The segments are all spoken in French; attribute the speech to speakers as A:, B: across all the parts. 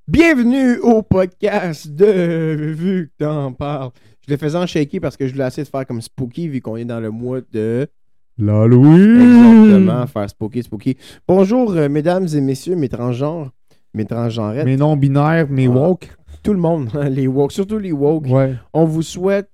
A: Bienvenue au podcast de Vu que t'en parles. Je le faisais en shaky parce que je voulais essayer de faire comme spooky vu qu'on est dans le mois de
B: l'Halloween!
A: Exactement, faire spooky. Bonjour, mesdames et messieurs, mes transgenres, mes transgenrettes.
B: Mes non-binaires, mes woke.
A: Tout le monde, les woke, surtout les woke.
B: Ouais.
A: On vous souhaite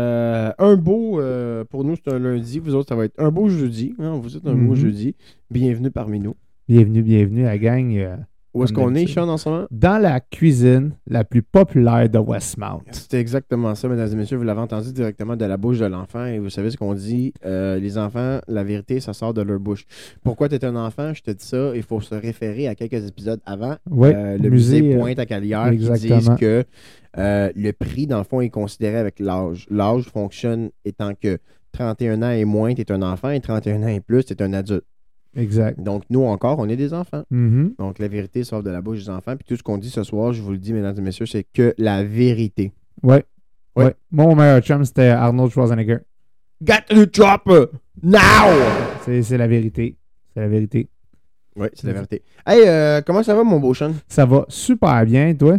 A: un beau, pour nous c'est un lundi, vous autres ça va être un beau jeudi. Hein, on vous souhaite un beau jeudi. Bienvenue parmi nous.
B: Bienvenue à la gang.
A: Où est-ce qu'on est, Sean, en ce moment?
B: Dans la cuisine la plus populaire de Westmount.
A: C'était exactement ça, mesdames et messieurs. Vous l'avez entendu directement de la bouche de l'enfant. Et vous savez ce qu'on dit, les enfants, la vérité, ça sort de leur bouche. Pourquoi tu es un enfant? Je te dis ça. Il faut se référer à quelques épisodes avant.
B: Ouais,
A: le musée Pointe-à-Calière qui disent que le prix, dans le fond, est considéré avec l'âge. L'âge fonctionne étant que 31 ans et moins, tu es un enfant, et 31 ans et plus, tu es un adulte.
B: Exact.
A: Donc, nous encore, on est des enfants.
B: Mm-hmm.
A: Donc, la vérité sort de la bouche des enfants. Puis tout ce qu'on dit ce soir, je vous le dis, mesdames et messieurs, c'est que la vérité.
B: Ouais. Mon meilleur chum, c'était Arnold Schwarzenegger.
A: Got to drop now!
B: C'est la vérité. C'est la vérité.
A: Oui, c'est la vérité. Hey, comment ça va, mon beau Sean?
B: Ça va super bien, toi?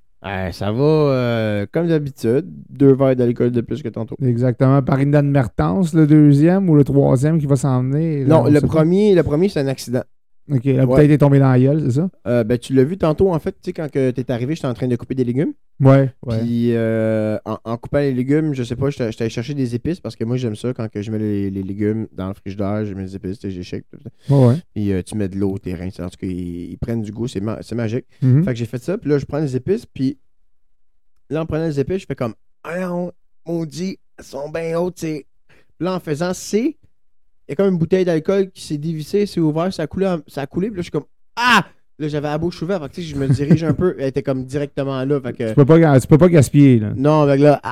A: Ça va comme d'habitude. 2 verres d'alcool de plus que tantôt.
B: Exactement. Par inadvertance, le deuxième ou le troisième qui va s'en venir?
A: Non, le premier, c'est un accident.
B: OK, la bouteille est tombée dans la gueule, c'est ça?
A: Tu l'as vu tantôt, en fait, tu sais, quand tu es arrivé, j'étais en train de couper des légumes.
B: Ouais.
A: Puis, en coupant les légumes, je sais pas, j'étais allé chercher des épices parce que moi, j'aime ça quand que je mets les légumes dans le frigidaire, je mets des épices, j'ai shake.
B: Ouais.
A: Puis, tu mets de l'eau, tes reins, en tout cas, ils prennent du goût, c'est magique.
B: Mm-hmm.
A: Fait que j'ai fait ça, puis là, je prends les épices, puis là, en prenant les épices, je fais comme, maudit, elles sont bien hautes, tu sais. Là, en faisant C, il y a comme une bouteille d'alcool qui s'est dévissée, c'est ouvert, ça a coulé, puis là, je suis comme, ah! Là, j'avais la bouche ouverte, fait que, tu sais, je me dirige un peu, elle était comme directement là, fait que...
B: Tu peux pas gaspiller, là.
A: Non, avec là,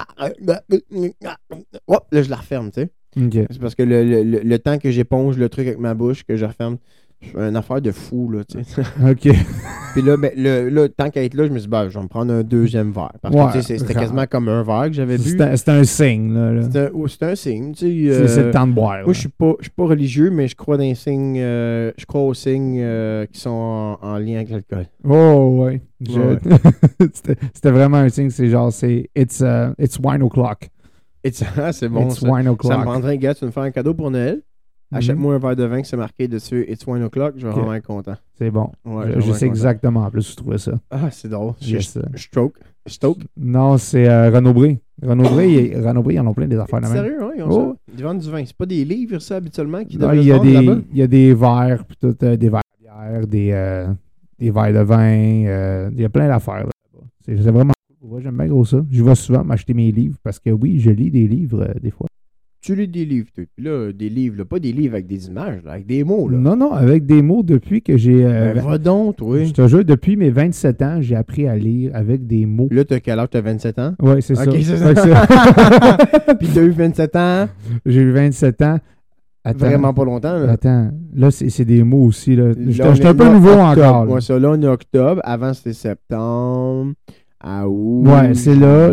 A: hop, là, je la referme, tu sais.
B: OK.
A: C'est parce que le temps que j'éponge le truc avec ma bouche, que je referme, c'est une affaire de fou, là, tu sais.
B: OK.
A: Puis là, ben, tant qu'à être là, je me suis dit, je vais me prendre un deuxième verre. Parce que, tu sais, c'était quasiment comme un verre que j'avais bu.
B: C'était un signe, là.
A: C'était un signe, tu sais.
B: C'est le temps de boire.
A: Moi, je suis pas religieux, mais je crois dans les signes, je crois aux signes qui sont en lien avec l'alcool.
B: Oh, ouais. C'était vraiment un signe, c'est genre, it's wine o'clock.
A: C'est bon,
B: it's
A: ça.
B: Wine o'clock.
A: Ça me prendrait, gars, tu me fais un cadeau pour Noël. Achète-moi un verre de vin qui c'est marqué dessus It's Wine O'Clock, je vais vraiment être content.
B: C'est bon.
A: Ouais,
B: je sais exactement en plus où je trouvais ça.
A: Ah, c'est drôle.
B: Stoke? Non, c'est Renaud Bré. Renaud Bré, ils en ont plein des affaires de même.
A: Sérieux, oui, ils ont ça. Ils vendent du vin. C'est pas des livres, ça, habituellement, qui
B: non,
A: devraient se vendre là-bas?
B: Il y a des verres, des verres de bière, des verres de vin, il y a plein d'affaires là-bas. C'est vraiment cool. Ouais, j'aime bien gros ça. Je vais souvent m'acheter mes livres parce que oui, je lis des livres des fois.
A: Tu lis des livres, toi. Puis là, des livres, là, pas des livres avec des images, là, avec des mots, là.
B: Non, avec des mots depuis que j'ai...
A: va donc, toi.
B: Je te jure, depuis mes 27 ans, j'ai appris à lire avec des mots.
A: Là, t'as quel âge? T'as 27 ans?
B: Oui, c'est ça.
A: C'est ça. Puis t'as eu 27 ans?
B: J'ai eu 27 ans. Attends,
A: vraiment pas longtemps, là.
B: Attends, là, c'est des mots aussi, là.
A: J'étais
B: un peu nouveau encore.
A: Moi, ça, là, on est octobre. Avant, c'était septembre. Août.
B: Ouais, c'est là,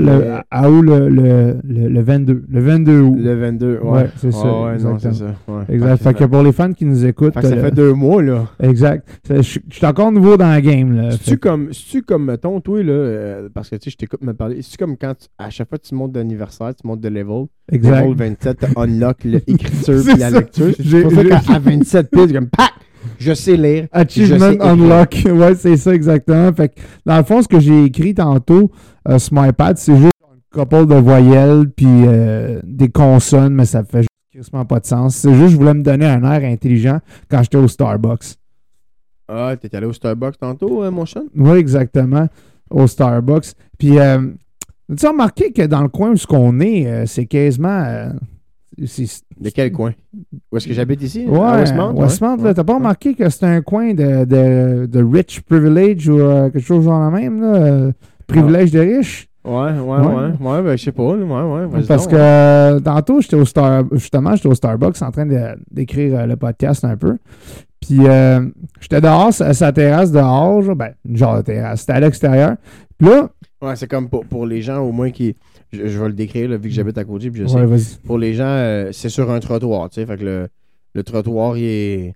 B: le 22. Le 22 août.
A: Le 22,
B: ouais. C'est ça.
A: Ouais, non, c'est ça. Ouais.
B: Exact. Fait que pour les fans qui nous écoutent.
A: Fait que ça fait 2 mois, là.
B: Exact. Je suis encore nouveau dans la game, là.
A: C'est-tu comme, mettons, toi, là, parce que, tu sais, je t'écoute me parler. C'est-tu comme quand, à chaque fois que tu montes d'anniversaire, tu montes de level.
B: Exact.
A: Level 27, tu unlock l'écriture et la
B: ça.
A: lecture. C'est pour ça qu'à 27 piles, comme, pac! Je sais lire.
B: Achievement Unlock. Ouais, c'est ça exactement. Fait que, dans le fond, ce que j'ai écrit tantôt sur mon iPad, c'est juste un couple de voyelles puis des consonnes, mais ça fait quasiment pas de sens. C'est juste, je voulais me donner un air intelligent quand j'étais au Starbucks.
A: Ah, t'es allé au Starbucks tantôt, mon chat?
B: Oui, exactement. Au Starbucks. Puis, as-tu remarqué que dans le coin où on est, c'est quasiment...
A: De quel coin? Où est-ce que j'habite ici?
B: Ouais,
A: à Westmount?
B: Westmount, là, t'as pas remarqué que c'est un coin de rich privilege ou quelque chose genre la même, là? Privilège de riches?
A: Ouais, ben je sais pas. Ouais,
B: parce que tantôt, j'étais au Starbucks en train d'écrire le podcast un peu. Puis j'étais dehors, à sa terrasse dehors, genre de terrasse. C'était à l'extérieur. Puis là...
A: Ouais, c'est comme pour les gens au moins qui... Je vais le décrire, là, vu que j'habite à côté, puis je sais.
B: Ouais, vas-y.
A: Pour les gens, c'est sur un trottoir, tu sais. Fait que le trottoir, il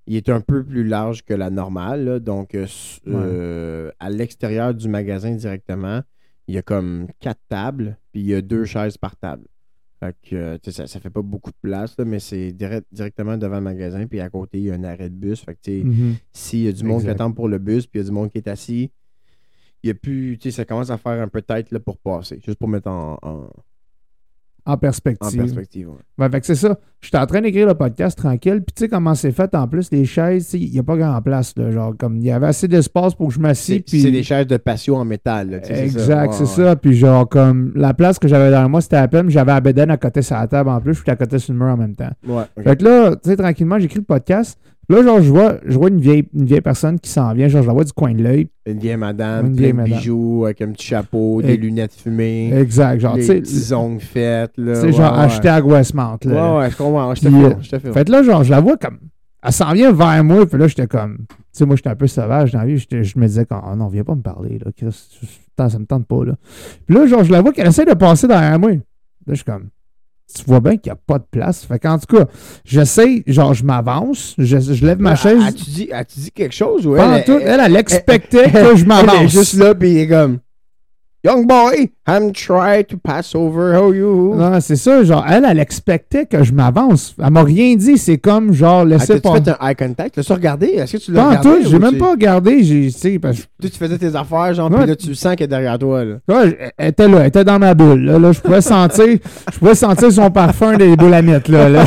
A: il est un peu plus large que la normale. Là. Donc, à l'extérieur du magasin directement, il y a comme 4 tables, puis il y a 2 chaises par table. Fait que, ça fait pas beaucoup de place, là, mais c'est directement devant le magasin, puis à côté, il y a un arrêt de bus. Fait que, s'il y a du monde qui attend pour le bus, puis il y a du monde qui est assis, il y a plus, ça commence à faire un peu tête là, pour passer, juste pour mettre
B: en perspective.
A: En perspective, ouais.
B: Ouais, fait que c'est ça. J'étais en train d'écrire le podcast tranquille. Puis tu sais comment c'est fait en plus, les chaises, il n'y a pas grand place. Là, genre, comme il y avait assez d'espace pour que je m'assieds.
A: C'est des chaises de patio en métal. Là,
B: exact, c'est ça. Puis genre, comme la place que j'avais derrière moi, c'était à peine. J'avais la bédaine à côté sur la table en plus. Je suis à côté sur le mur en même temps.
A: Ouais, okay.
B: Fait que là, tu sais, tranquillement, j'écris le podcast. Là, genre, je vois une vieille personne qui s'en vient. Genre, je la vois du coin de l'œil.
A: Une vieille madame, plein de bijoux, avec un petit chapeau, des lunettes fumées.
B: Exact. Genre, tu sais.
A: Des petits ongles faits. Tu
B: sais, genre, hashtag Westmount.
A: Ouais, je comprends. Je te fais.
B: Fait que là, genre, je la vois comme. Elle s'en vient vers moi. Puis là, j'étais comme. Tu sais, moi, j'étais un peu sauvage dans la vie. Je me disais, oh non, viens pas me parler. Là. Ça me tente pas. Là. Puis là, genre, je la vois qu'elle essaie de passer derrière moi. Là, je suis comme. Tu vois bien qu'il n'y a pas de place. Fait qu'en tout cas, j'essaie, genre, je m'avance, je lève ma chaise.
A: As-tu dit quelque chose? Ou
B: elle expectait que je m'avance.
A: Elle est juste là, puis il est comme... Young boy, I'm trying to pass over. How you?
B: Non, c'est ça. Genre, elle expectait que je m'avance. Elle m'a rien dit. C'est comme, genre, laisser
A: pas. T'as-tu fait un eye contact? L'as-tu regardé? Est-ce que tu l'as regardé?
B: Non, toi, j'ai même pas regardé.
A: Tu faisais tes affaires, genre, puis là, tu sens qu'elle est derrière toi, là.
B: Ouais, elle était là. Elle était dans ma bulle. Là, je pouvais sentir son parfum des boulamites, là.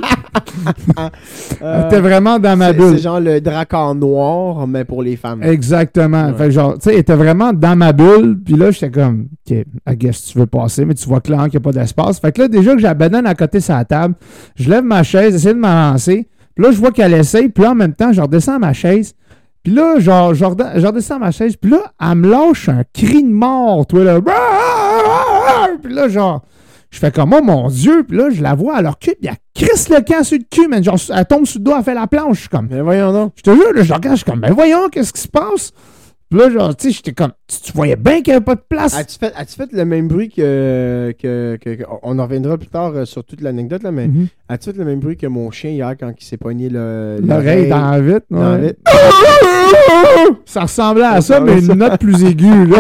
B: Elle était vraiment dans ma bulle.
A: C'est genre le dracar noir, mais pour les femmes.
B: Exactement. Ouais. Fait que genre, tu sais, elle était vraiment dans ma bulle. Puis là, j'étais comme, OK, I guess tu veux passer, mais tu vois clairement qu'il n'y a pas d'espace. Fait que là, déjà que j'ai la banane à côté sur la table, je lève ma chaise, j'essaie de m'avancer. Puis là, je vois qu'elle essaye. Puis là, en même temps, je redescends ma chaise. Puis là, genre, je redescends ma chaise. Puis là, elle me lâche un cri de mort, toi, là. Puis là, genre, je fais comme, oh mon Dieu. Puis là, je la vois à leur cul. Puis elle crisse le camp sur le cul, man. Genre, elle tombe sur le dos, elle fait la planche. Je suis comme,
A: mais voyons donc.
B: Je te jure, là, je regarde, je suis comme, mais voyons, qu'est-ce qui se passe? Puis là, genre, tu sais, j'étais comme, tu voyais bien qu'il n'y avait pas de place.
A: As-tu fait le même bruit que on en reviendra plus tard sur toute l'anecdote, là, mais as-tu fait le même bruit que mon chien hier quand il s'est pogné
B: l'oreille dans la vitre?
A: Dans la vitre.
B: Ça ressemblait à ça, mais une note plus aiguë, là.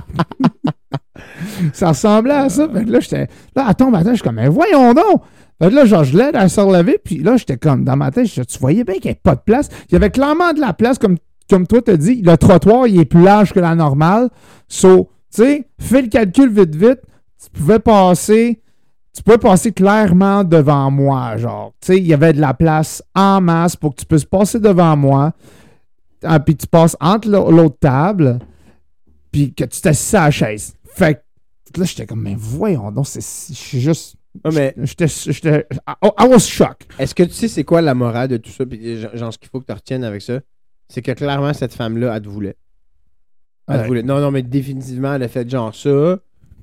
B: Ça ressemblait à ça. Fait que là, j'étais, là, elle tombe à terre, je suis comme, mais voyons donc! Fait que là, genre, je l'aide à se relever, puis là, j'étais comme, dans ma tête, tu voyais bien qu'il n'y avait pas de place. Il y avait clairement de la place, comme toi t'as dit, le trottoir, il est plus large que la normale. So, tu sais, fais le calcul vite, tu pouvais passer clairement devant moi, genre. Tu sais, il y avait de la place en masse pour que tu puisses passer devant moi. Puis tu passes entre l'autre table, puis que tu t'assis à la chaise. Fait que là, j'étais comme, mais voyons donc, je suis juste... J'étais... I was shocked.
A: Est-ce que tu sais c'est quoi la morale de tout ça? Puis genre, ce qu'il faut que tu retiennes avec ça, c'est que clairement, cette femme-là, elle te voulait. Elle te voulait. Non, mais définitivement, elle a fait genre ça,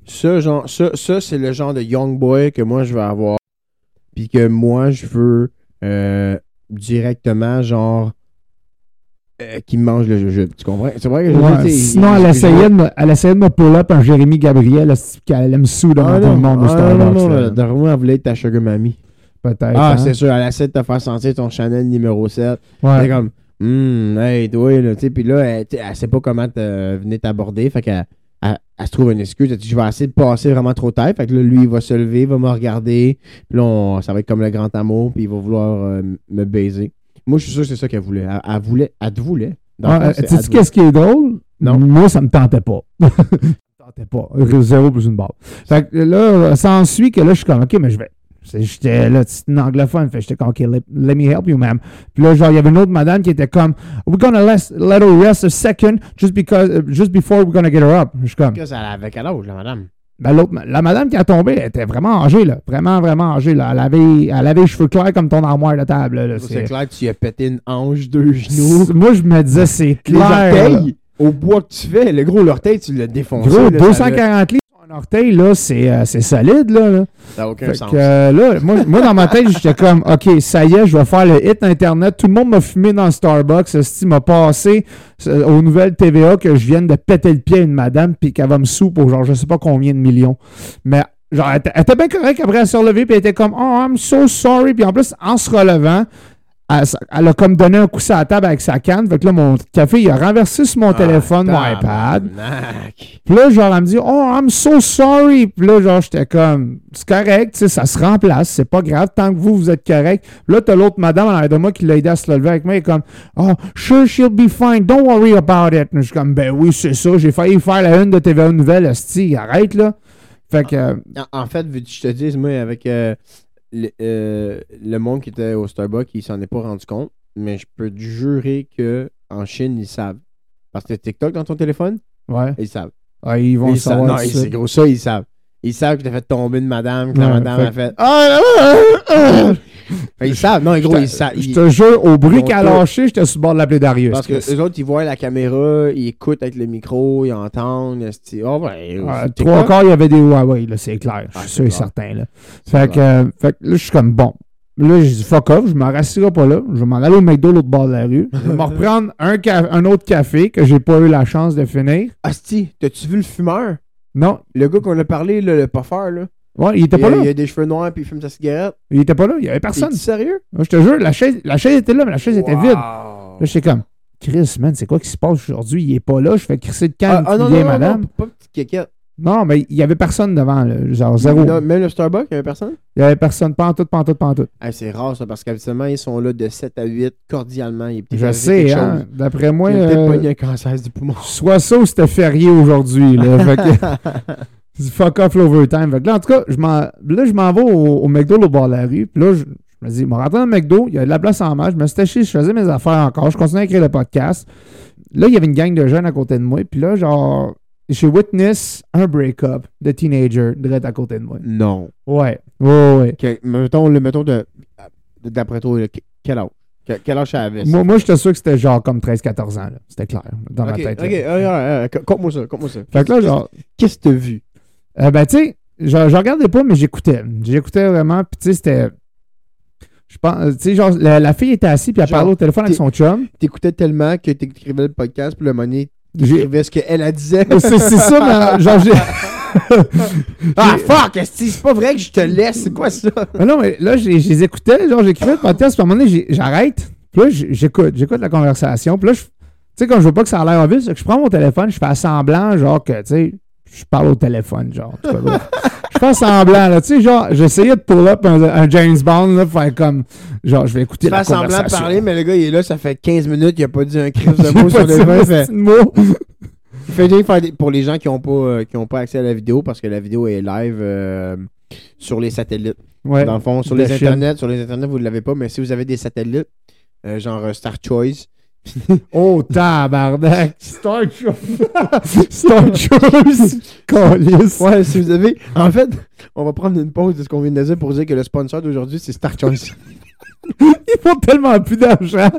A: c'est le genre de young boy que moi, je veux avoir. Puis que moi, je veux directement, genre, qui me mange le jujube. Tu comprends? C'est vrai que
B: sinon, elle essayait de me pull-up un Jérémy Gabriel, qu'elle aime sous devant tout le monde.
A: Non, Darwin, elle voulait être ta sugar mamie.
B: Peut-être.
A: Ah, c'est sûr, elle essaie de te faire sentir ton Chanel numéro 7.
B: Ouais.
A: C'est comme, hey, toi, là, tu sais, puis là, elle sait pas comment venir t'aborder, fait qu'elle se trouve une excuse. Elle dit, je vais essayer de passer vraiment trop tard. Fait que là, lui, il va se lever, il va me regarder, puis là, ça va être comme le grand amour, puis il va vouloir me baiser. Moi, je suis sûr que c'est ça qu'elle voulait. Elle te voulait.
B: Tu sais qu'est-ce qui est drôle?
A: Non.
B: Moi, ça me tentait pas. Ça me tentait pas. 0 plus une barre. Fait que là, ça ensuit que là, je suis comme, OK, mais je vais... J'étais là, c'est une anglophone. Fait j'étais comme, OK, let me help you, ma'am. Puis là, genre, il y avait une autre madame qui était comme, we're gonna let her rest a second just before we're gonna get her up. Je suis comme...
A: Qu'est-ce qu'elle avait quel âge, la madame?
B: Ben, la madame qui a tombé, elle était vraiment âgée, là. Vraiment, vraiment âgée, là. Elle avait les cheveux clairs comme ton armoire de table, là.
A: C'est clair que tu y as pété une hanche, 2 genoux.
B: Moi, je me disais, c'est clair.
A: Les orteils, au bois que tu fais, le gros, l'orteil, tu l'as défoncé.
B: Gros, 240 livres sur un orteil, là, c'est solide, là.
A: Ça n'a aucun sens.
B: Là, moi, dans ma tête, j'étais comme, OK, ça y est, je vais faire le hit Internet. Tout le monde m'a fumé dans le Starbucks. Ce m'a passé aux nouvelles TVA que je vienne de péter le pied à une madame puis qu'elle va me sous pour genre je sais pas combien de millions. Mais genre, elle était bien correcte après elle s'est relevée puis elle était comme, oh, I'm so sorry. Puis en plus, en se relevant, elle a comme donné un coup sur la table avec sa canne. Fait que là, mon café, il a renversé sur mon téléphone, mon iPad. Puis là, genre, elle me dit, oh, I'm so sorry. Puis là, genre, j'étais comme, c'est correct, tu sais, ça se remplace, c'est pas grave, tant que vous êtes correct. Puis là, t'as l'autre madame en arrière de moi qui l'a aidé à se lever avec moi. Elle est comme, oh, sure, she'll be fine, don't worry about it. Je suis comme, ben oui, c'est ça, j'ai failli faire la une de TVA Nouvelle, esti, arrête, là. Fait que.
A: En fait, vu que je te dis, moi, avec le monde qui était au Starbucks, il s'en est pas rendu compte, mais je peux te jurer qu'en Chine, ils savent. Parce que TikTok dans ton téléphone,
B: Ouais.
A: ils savent.
B: Ah, ils vont
A: Ils savent.
B: savoir.
A: Non,
B: tout de
A: c'est
B: suite.
A: gros, ça, ils savent. Ils savent que t'as fait tomber une madame, que la
B: Ouais,
A: madame a
B: fait-
A: fait. Ils savent. Non, gros, ils savent.
B: Je te jure, au bruit
A: ils ont
B: qu'elle a
A: tout.
B: lâché, j'étais sur le bord de l'appeler Darius.
A: Parce que eux autres, ils voient la caméra, ils écoutent avec le micro, ils entendent. Oh, ben. c'est
B: Trois
A: TikTok.
B: quarts, il y avait des Huawei, là, c'est clair. Je
A: Ah,
B: suis
A: c'est
B: sûr et
A: clair.
B: certain, là. Fait que là, je suis comme, bon. Là, j'ai dit, fuck off, je m'en rassirai pas là. Je vais m'en aller au McDo, l'autre bord de la rue. Je vais me reprendre un autre café que j'ai pas eu la chance de finir.
A: Asti, t'as-tu vu le fumeur?
B: Non.
A: Le gars qu'on a parlé, là, le puffeur, là.
B: Ouais, il était pas
A: Il
B: là.
A: a des cheveux noirs puis il fume sa cigarette.
B: Il était pas là. Il y avait personne.
A: T'es sérieux?
B: Je te jure, la chaise était là, mais la chaise était vide. Là,
A: Là,
B: j'étais comme, Chris, man, c'est quoi qui se passe aujourd'hui? Il est pas là. Je fais crisser de canne.
A: non,
B: Bien,
A: non,
B: madame.
A: non, pas petite quéquette.
B: Non, mais il y avait personne devant, là. Genre zéro.
A: Non, même le Starbucks, il y avait personne?
B: Il y avait personne. Pantoute.
A: Hey, c'est rare, ça, parce qu'habituellement, ils sont là de 7 à 8, cordialement. Il est peut-être
B: Je
A: arrivé
B: sais,
A: quelque
B: hein.
A: chose.
B: D'après moi,
A: Il a peut-être pogné un cancer du poumon.
B: soit ça ou c'était férié aujourd'hui, là. Fait que, fuck off l'overtime. Fait que là, en tout cas, je m'en vais au McDo au bord de la rue. Puis là, je me dis, je vais rentrer dans le McDo, il y a de la place en masse. Je me suis taché, je faisais mes affaires encore. Je continuais à écrire le podcast. Là, il y avait une gang de jeunes à côté de moi. Puis là, genre, j'ai witness un break-up de teenager direct à côté de moi.
A: Non.
B: Ouais.
A: Mettons d'après toi, quel âge? Quel âge ça avait?
B: Moi, j'étais sûr que c'était genre comme 13-14 ans. là. C'était clair dans ma tête. là.
A: Ok, conte-moi ça.
B: Fait que là, genre,
A: Qu'est-ce que t'as vu?
B: ben, tu sais, je regardais pas, mais j'écoutais. J'écoutais vraiment. Puis, tu sais, c'était. Je pense, tu sais, genre, la fille était assise, puis elle
A: Genre,
B: parlait au téléphone avec son chum.
A: T'écoutais tellement que t'écrivais le podcast, puis le moment donné,
B: J'ai-
A: t'écrivais ce qu'elle a disait.
B: C'est ça, mais genre, j'ai.
A: Ah, fuck! esti, C'est pas vrai que je te laisse. C'est quoi ça?
B: Mais non, mais là, je les écoutais, genre, j'écrivais le podcast, puis à un moment donné, j'arrête. Puis là, j'écoute la conversation. Puis là, tu sais, comme je veux pas que ça a l'air obvious, c'est que je prends mon téléphone, je fais semblant, genre, que, tu sais, je parle au téléphone, genre. En tout cas, bref. Je fais semblant, là, tu sais, genre, j'essayais de pull up un James Bond, là, faire comme, genre, je vais écouter
A: Tu
B: la
A: fais semblant de
B: conversation.
A: parler, mais le gars, il est là, ça fait 15 minutes, il a pas dit un crise de
B: J'ai
A: mot
B: pas
A: sur
B: dit
A: le
B: un
A: vin.
B: petit mot.
A: Il fait bien faire pour les gens qui n'ont pas accès à la vidéo, parce que la vidéo est live sur les satellites.
B: Ouais.
A: Dans le fond, sur
B: de
A: les
B: Chine.
A: internets, vous ne l'avez pas, mais si vous avez des satellites, genre Star Choice,
B: Oh, tabarnak! Star Star Choice! Calice!
A: ouais, si vous avez. En fait, on va prendre une pause de ce qu'on vient de dire pour dire que le sponsor d'aujourd'hui, c'est Star Choice.
B: Ils font tellement plus d'argent!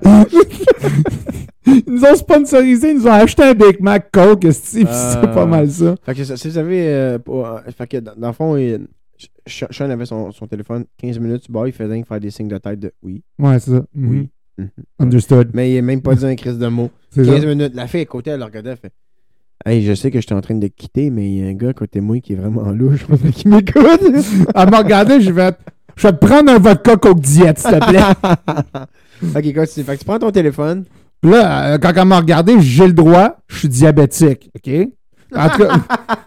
B: Ils nous ont sponsorisé, ils nous ont acheté un Big Mac Coke, c'est pas mal ça.
A: Fait que si vous avez. Fait que dans le fond, Sean avait son téléphone 15 minutes, tu il faisait faire des signes de tête de oui.
B: Ouais, c'est ça.
A: Oui.
B: Understood.
A: Mais il n'a même pas dit un crise de mots.
B: C'est
A: 15
B: ça.
A: minutes. La fille à côté, elle le regardait, elle fait hey, je sais que je suis en train de quitter, mais il y a un gars à côté de moi qui est vraiment louche. Qui m'écoute.
B: Elle m'a regardé, je vais te prendre un vodka Coke Diet, s'il te plaît.
A: Ok, continue. Fait que tu prends ton téléphone.
B: Puis là, quand elle m'a regardé, j'ai le droit, je suis diabétique, OK? En tout cas,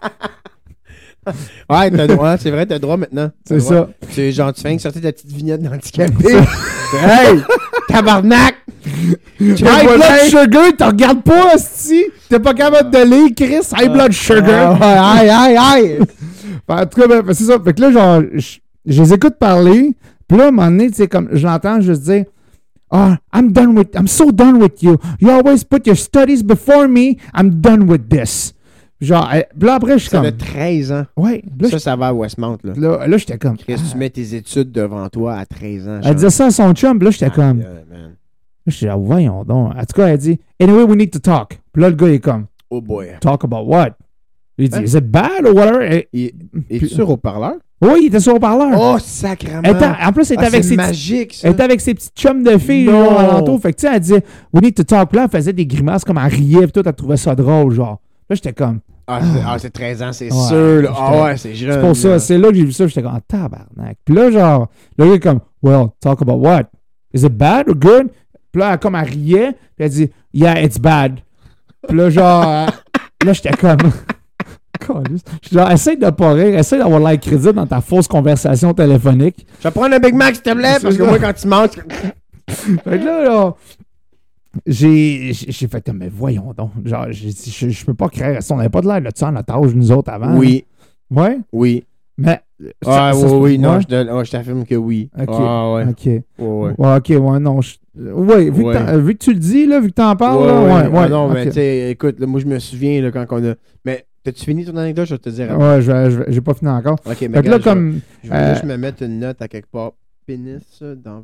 A: Ouais, t'as le droit. C'est vrai, t'as le droit maintenant. T'as
B: c'est
A: le droit.
B: ça.
A: C'est genre, tu fais sortir ta petite vignette d'handicapé. Hey! Tabarnak!
B: High blood sugar, tu regardes pas, si t'es pas capable de lire, Chris, high blood sugar.
A: Aïe!
B: En tout cas, ben, c'est ça. Fait que là, genre, je les écoute parler, puis là, à un moment donné, tu sais, comme, je l'entends juste dire, oh, I'm so done with you. You always put your studies before me. I'm done with this. Genre, puis là, après, je suis
A: Ça
B: comme,
A: a 13 ans.
B: ouais, là,
A: Ça va à Westmount, là.
B: là j'étais comme,
A: Chris, tu mets tes études devant toi à 13 ans.
B: elle disait ça à son chum, puis là, j'étais comme,
A: man.
B: là, j'étais là, voyons donc. En tout cas, elle dit, anyway, we need to talk. Puis là, le gars, il est comme,
A: Oh boy.
B: talk about what? Il dit,
A: Hein?
B: is it bad or whatever?
A: Es-tu sur haut-parleur?
B: Oui, il était sur haut-parleur.
A: Oh, sacrément!
B: En plus, elle était avec
A: c'est
B: ses
A: magique, ça.
B: Elle était avec ses petites chums de filles
A: Non.
B: là, alentour. Fait que tu sais, elle disait We need to talk. Puis là, elle faisait des grimaces comme elle riait. Puis tout, elle trouvait ça drôle, genre. Là, j'étais comme.
A: C'est 13 ans, c'est
B: Ouais,
A: sûr. Là.
B: j'étais-
A: Ah ouais, c'est jeune.
B: C'est pour ça.
A: là.
B: C'est là que j'ai vu ça. J'étais comme tabarnak. Puis là, genre, le gars est comme Well, talk about what? Is it bad or good? Puis là, comme elle riait, puis elle dit, yeah, it's bad. Puis là, genre, là, j'étais comme. Genre, essaye de pas rire, essaye d'avoir l'air crédible dans ta fausse conversation téléphonique.
A: Je vais prendre un Big Mac, s'il te plaît, parce que moi, quand tu manges.
B: Fait que là, j'ai fait comme, mais voyons donc. Genre, je peux pas créer. On n'avait pas de l'air de ça en otage, nous autres, avant.
A: Oui.
B: Hein? Ouais?
A: Oui.
B: Mais.
A: Oui, non, je t'affirme que oui.
B: Ok.
A: Ouais.
B: Ok.
A: Ouais.
B: Ouais, ok, ouais, non. Oui, vu que tu le dis, là, vu que t'en parles, là, ouais.
A: Non,
B: okay.
A: mais tu sais, écoute, là, moi, je me souviens, là, quand on a. Mais, t'as-tu fini ton anecdote? Je vais te dire
B: après. Ouais, j'ai pas fini encore.
A: Ok, mais.
B: Fait que là, comme.
A: Je vais juste me mettre une note à quelque part. Pénis dans.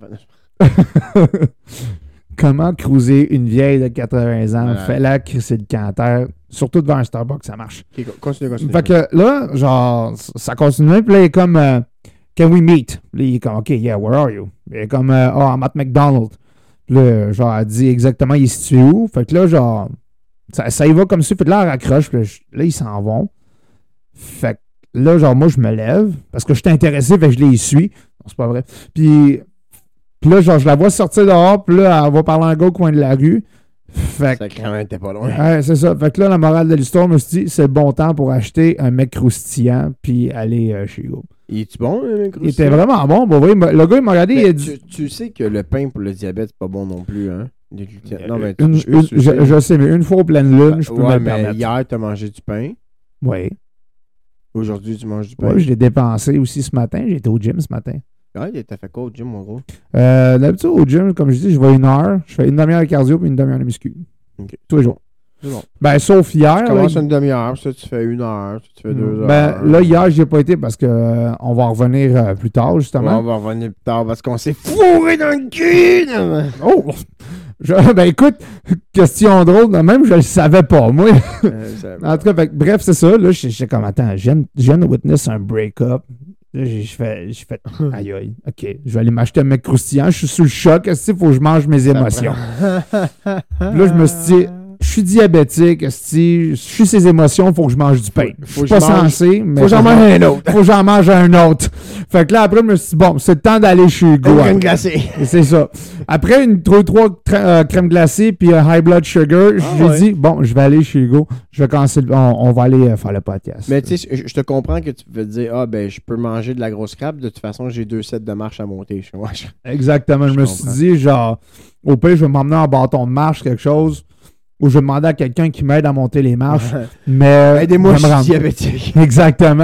B: Comment cruiser une vieille de 80 ans?
A: Voilà.
B: Fais-la crisser le canter. Surtout devant un Starbucks, ça marche.
A: Ok, continue.
B: Fait que là, genre, ça continue. Puis là, il est comme, can we meet? Puis là, il est comme, OK, yeah, where are you? Il est comme, I'm at McDonald's. Puis là, genre, elle dit exactement, il est situé où? Fait que là, genre, ça y va comme ça. Fait que là, elle raccroche. Puis là, ils s'en vont. Fait que là, genre, moi, je me lève parce que je suis intéressé. Fait que je les suis. Non, c'est pas vrai. Puis là, genre, je la vois sortir dehors. Puis là, elle va parler en gars au coin de la rue. Fait que.
A: Ça t'es pas loin.
B: Ouais, c'est ça. Fait que là, la morale de l'histoire, je me suis dit, c'est le bon temps pour acheter un mec croustillant puis aller chez Go.
A: Il est-tu bon, le mec?
B: Il était vraiment bon. Bon, oui, le gars, il m'a regardé. Il a dit...
A: tu sais que le pain pour le diabète, c'est pas bon non plus, hein? Non, mais
B: je sais, mais une fois au pleine lune, je peux me le permettre.
A: Hier, tu as mangé du pain.
B: Oui.
A: Aujourd'hui, tu manges du pain.
B: Oui, je l'ai dépensé aussi ce matin. J'étais au gym ce matin.
A: Ouais, t'as fait quoi au gym, mon gros?
B: D'habitude, au gym, comme je dis, je vais 1 heure. Je fais une demi-heure de cardio puis une demi-heure de muscu.
A: Okay.
B: Tous les jours.
A: C'est bon.
B: Ben, sauf hier.
A: Tu commences une demi-heure, puis ça, tu fais 1 heure, puis tu fais 2 heures.
B: Ben, là, hier, j'y ai pas été parce que on va revenir plus tard, justement.
A: Ouais, on va revenir plus tard parce qu'on s'est fourré dans le cul!
B: Oh! Ben, écoute, question drôle, même, je le savais pas, moi. En tout cas, bref, c'est ça. Là, j'étais comme, attends, je viens de witness un break-up. Là, j'ai fait, aïe, aïe, OK, je vais aller m'acheter un mec croustillant. Je suis sous le choc. Est-ce qu'il faut que je mange mes émotions? Là, je me suis dit, je suis diabétique, je suis ses émotions, il faut que je mange du pain. Je suis pas censé, mais.
A: Faut que j'en mange un autre.
B: Faut que j'en mange un autre. Fait que là, après, je me suis dit, bon, c'est le temps d'aller chez Hugo.
A: Crème glacée.
B: C'est ça. Après une 3 crème glacée puis un high blood sugar, j'ai dit, bon, je vais aller chez Hugo. Je vais commencer, on va aller faire le podcast.
A: Mais tu sais, je te comprends que tu veux dire, je peux manger de la grosse crabe. De toute façon, j'ai 2 sets de marche à monter chez moi.
B: Exactement. Je me suis dit, genre, au pire, je vais m'emmener en bâton de marche, quelque chose. Ou je vais demander à quelqu'un qui m'aide à monter les marches. Mais
A: aidez-moi, je suis diabétique.
B: Exactement.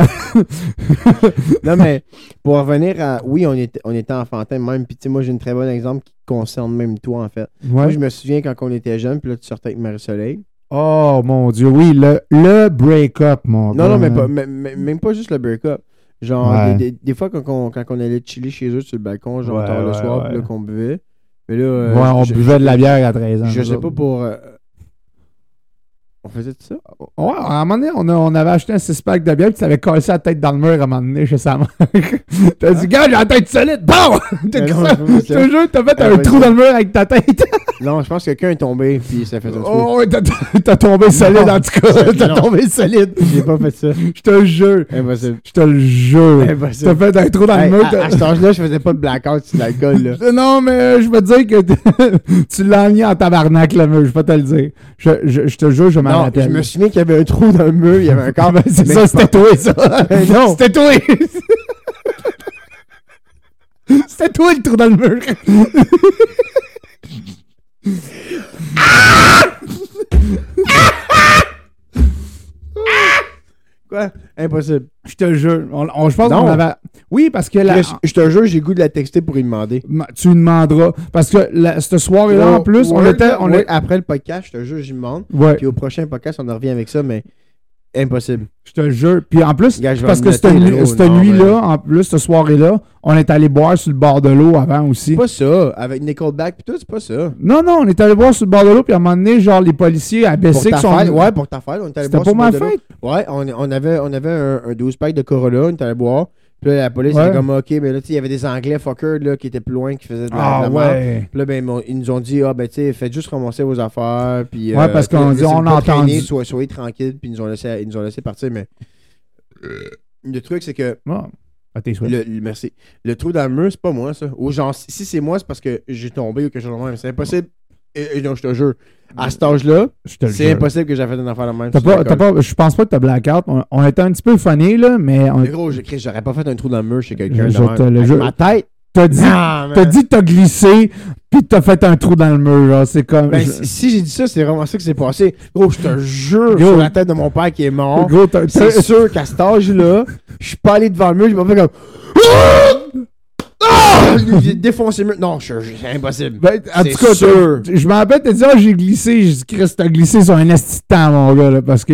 A: Non, mais pour revenir à... Oui, on était enfantin même. Puis tu sais, moi, j'ai un très bon exemple qui concerne même toi, en fait.
B: Ouais.
A: Moi, je me souviens quand on était jeunes, puis là, tu sortais avec Marie-Soleil.
B: Oh, mon Dieu. Oui, le break-up, mon gars.
A: Non, mais pas, même pas juste le break-up. Genre, des fois, quand on allait chiller chez eux sur le balcon, genre tard le soir, puis là, qu'on buvait. Mais là...
B: on buvait de la bière à 13 ans.
A: Je sais pas pour... On faisait tout ça?
B: Ouais, à un moment donné, on avait acheté un 6-pack de bière, puis tu avais cassé la tête dans le mur à un moment donné chez sa mère. T'as dit, gars, j'ai la tête solide! Bon! Je te jure, t'as fait un trou dans le mur avec ta tête.
A: Non, je pense que quelqu'un est tombé, puis ça fait un trou.
B: Oh, ouais, t'as tombé solide en tout cas. T'as tombé solide.
A: J'ai pas fait ça.
B: Je te le jure.
A: Impossible.
B: Je te le jure.
A: Impossible.
B: T'as fait un trou dans le mur.
A: À cet âge-là, je faisais pas de blackout sur l'alcool, là.
B: Non, mais je veux te dire que tu l'as mis en tabarnak, le mur. Je vais te le dire. Je te jure, je m'en rappelle.
A: Je me souviens qu'il y avait un trou dans le mur, il y avait un corps.
B: C'est ça, c'était toi, ça.
A: Non.
B: C'était toi. C'était toi le trou dans le mur.
A: Quoi? Impossible.
B: Je te jure. Je pense qu'on avait... Oui, parce que...
A: Je te jure, j'ai goût de la texter pour lui demander.
B: Tu lui demanderas. Parce que cette soirée-là, en plus, on était...
A: Après le podcast, je te jure, j'y demande.
B: Ouais.
A: Puis au prochain podcast, on en revient avec ça, mais impossible.
B: Je te jure. Puis en plus,
A: Gars,
B: parce que cette nuit-là, en plus, cette soirée-là, on est allé boire sur le bord de l'eau avant aussi.
A: C'est pas ça. Avec Nickelback pis tout, c'est pas ça.
B: Non, on est allé boire sur le bord de l'eau, puis à un moment donné, genre, les policiers à Bessic
A: sont... Ouais, pour ta fête, on est allé boire sur le bord de l'eau. C'était pour ma fête? Ouais, on avait un 12-pack de Corolla, on est allé boire. Puis là, la police était comme, OK, mais là, tu sais, il y avait des Anglais fuckers là, qui étaient plus loin, qui faisaient de la merde. Puis là, ben, ils nous ont dit, tu sais, faites juste ramasser vos affaires. Puis,
B: parce qu'on dit, on a entendu.
A: Soyez tranquilles, puis ils nous ont laissé partir. Mais le truc, c'est que
B: Ah, t'es souhaité.
A: Merci. Le trou dans le mur, c'est pas moi, ça. Ou genre, si c'est moi, c'est parce que j'ai tombé ou quelque chose de même. C'est impossible. Et non, je te jure. À cet âge-là, c'est impossible que j'ai fait une affaire de même.
B: Je pense pas que t'as blackout. On était un petit peu funny, là, mais...
A: Mais gros, j'aurais pas fait un trou dans le mur chez quelqu'un.
B: Ma tête. T'as dit que t'as glissé, puis t'as fait un trou dans le mur, là. C'est comme...
A: Ben, si j'ai dit ça, c'est vraiment ça qui s'est passé. Gros, je te jure, sur la tête de mon père qui est mort. Gros, c'est sûr qu'à cet âge-là, je suis pas allé devant le mur, je m'ai fait comme... J'ai défoncé le mur. Non, c'est impossible.
B: Ben, en tout cas,
A: sûr.
B: Je me rappelle, t'as dit, j'ai glissé. J'ai dit, Chris, t'as glissé sur un esti de temps, mon gars, là, parce que...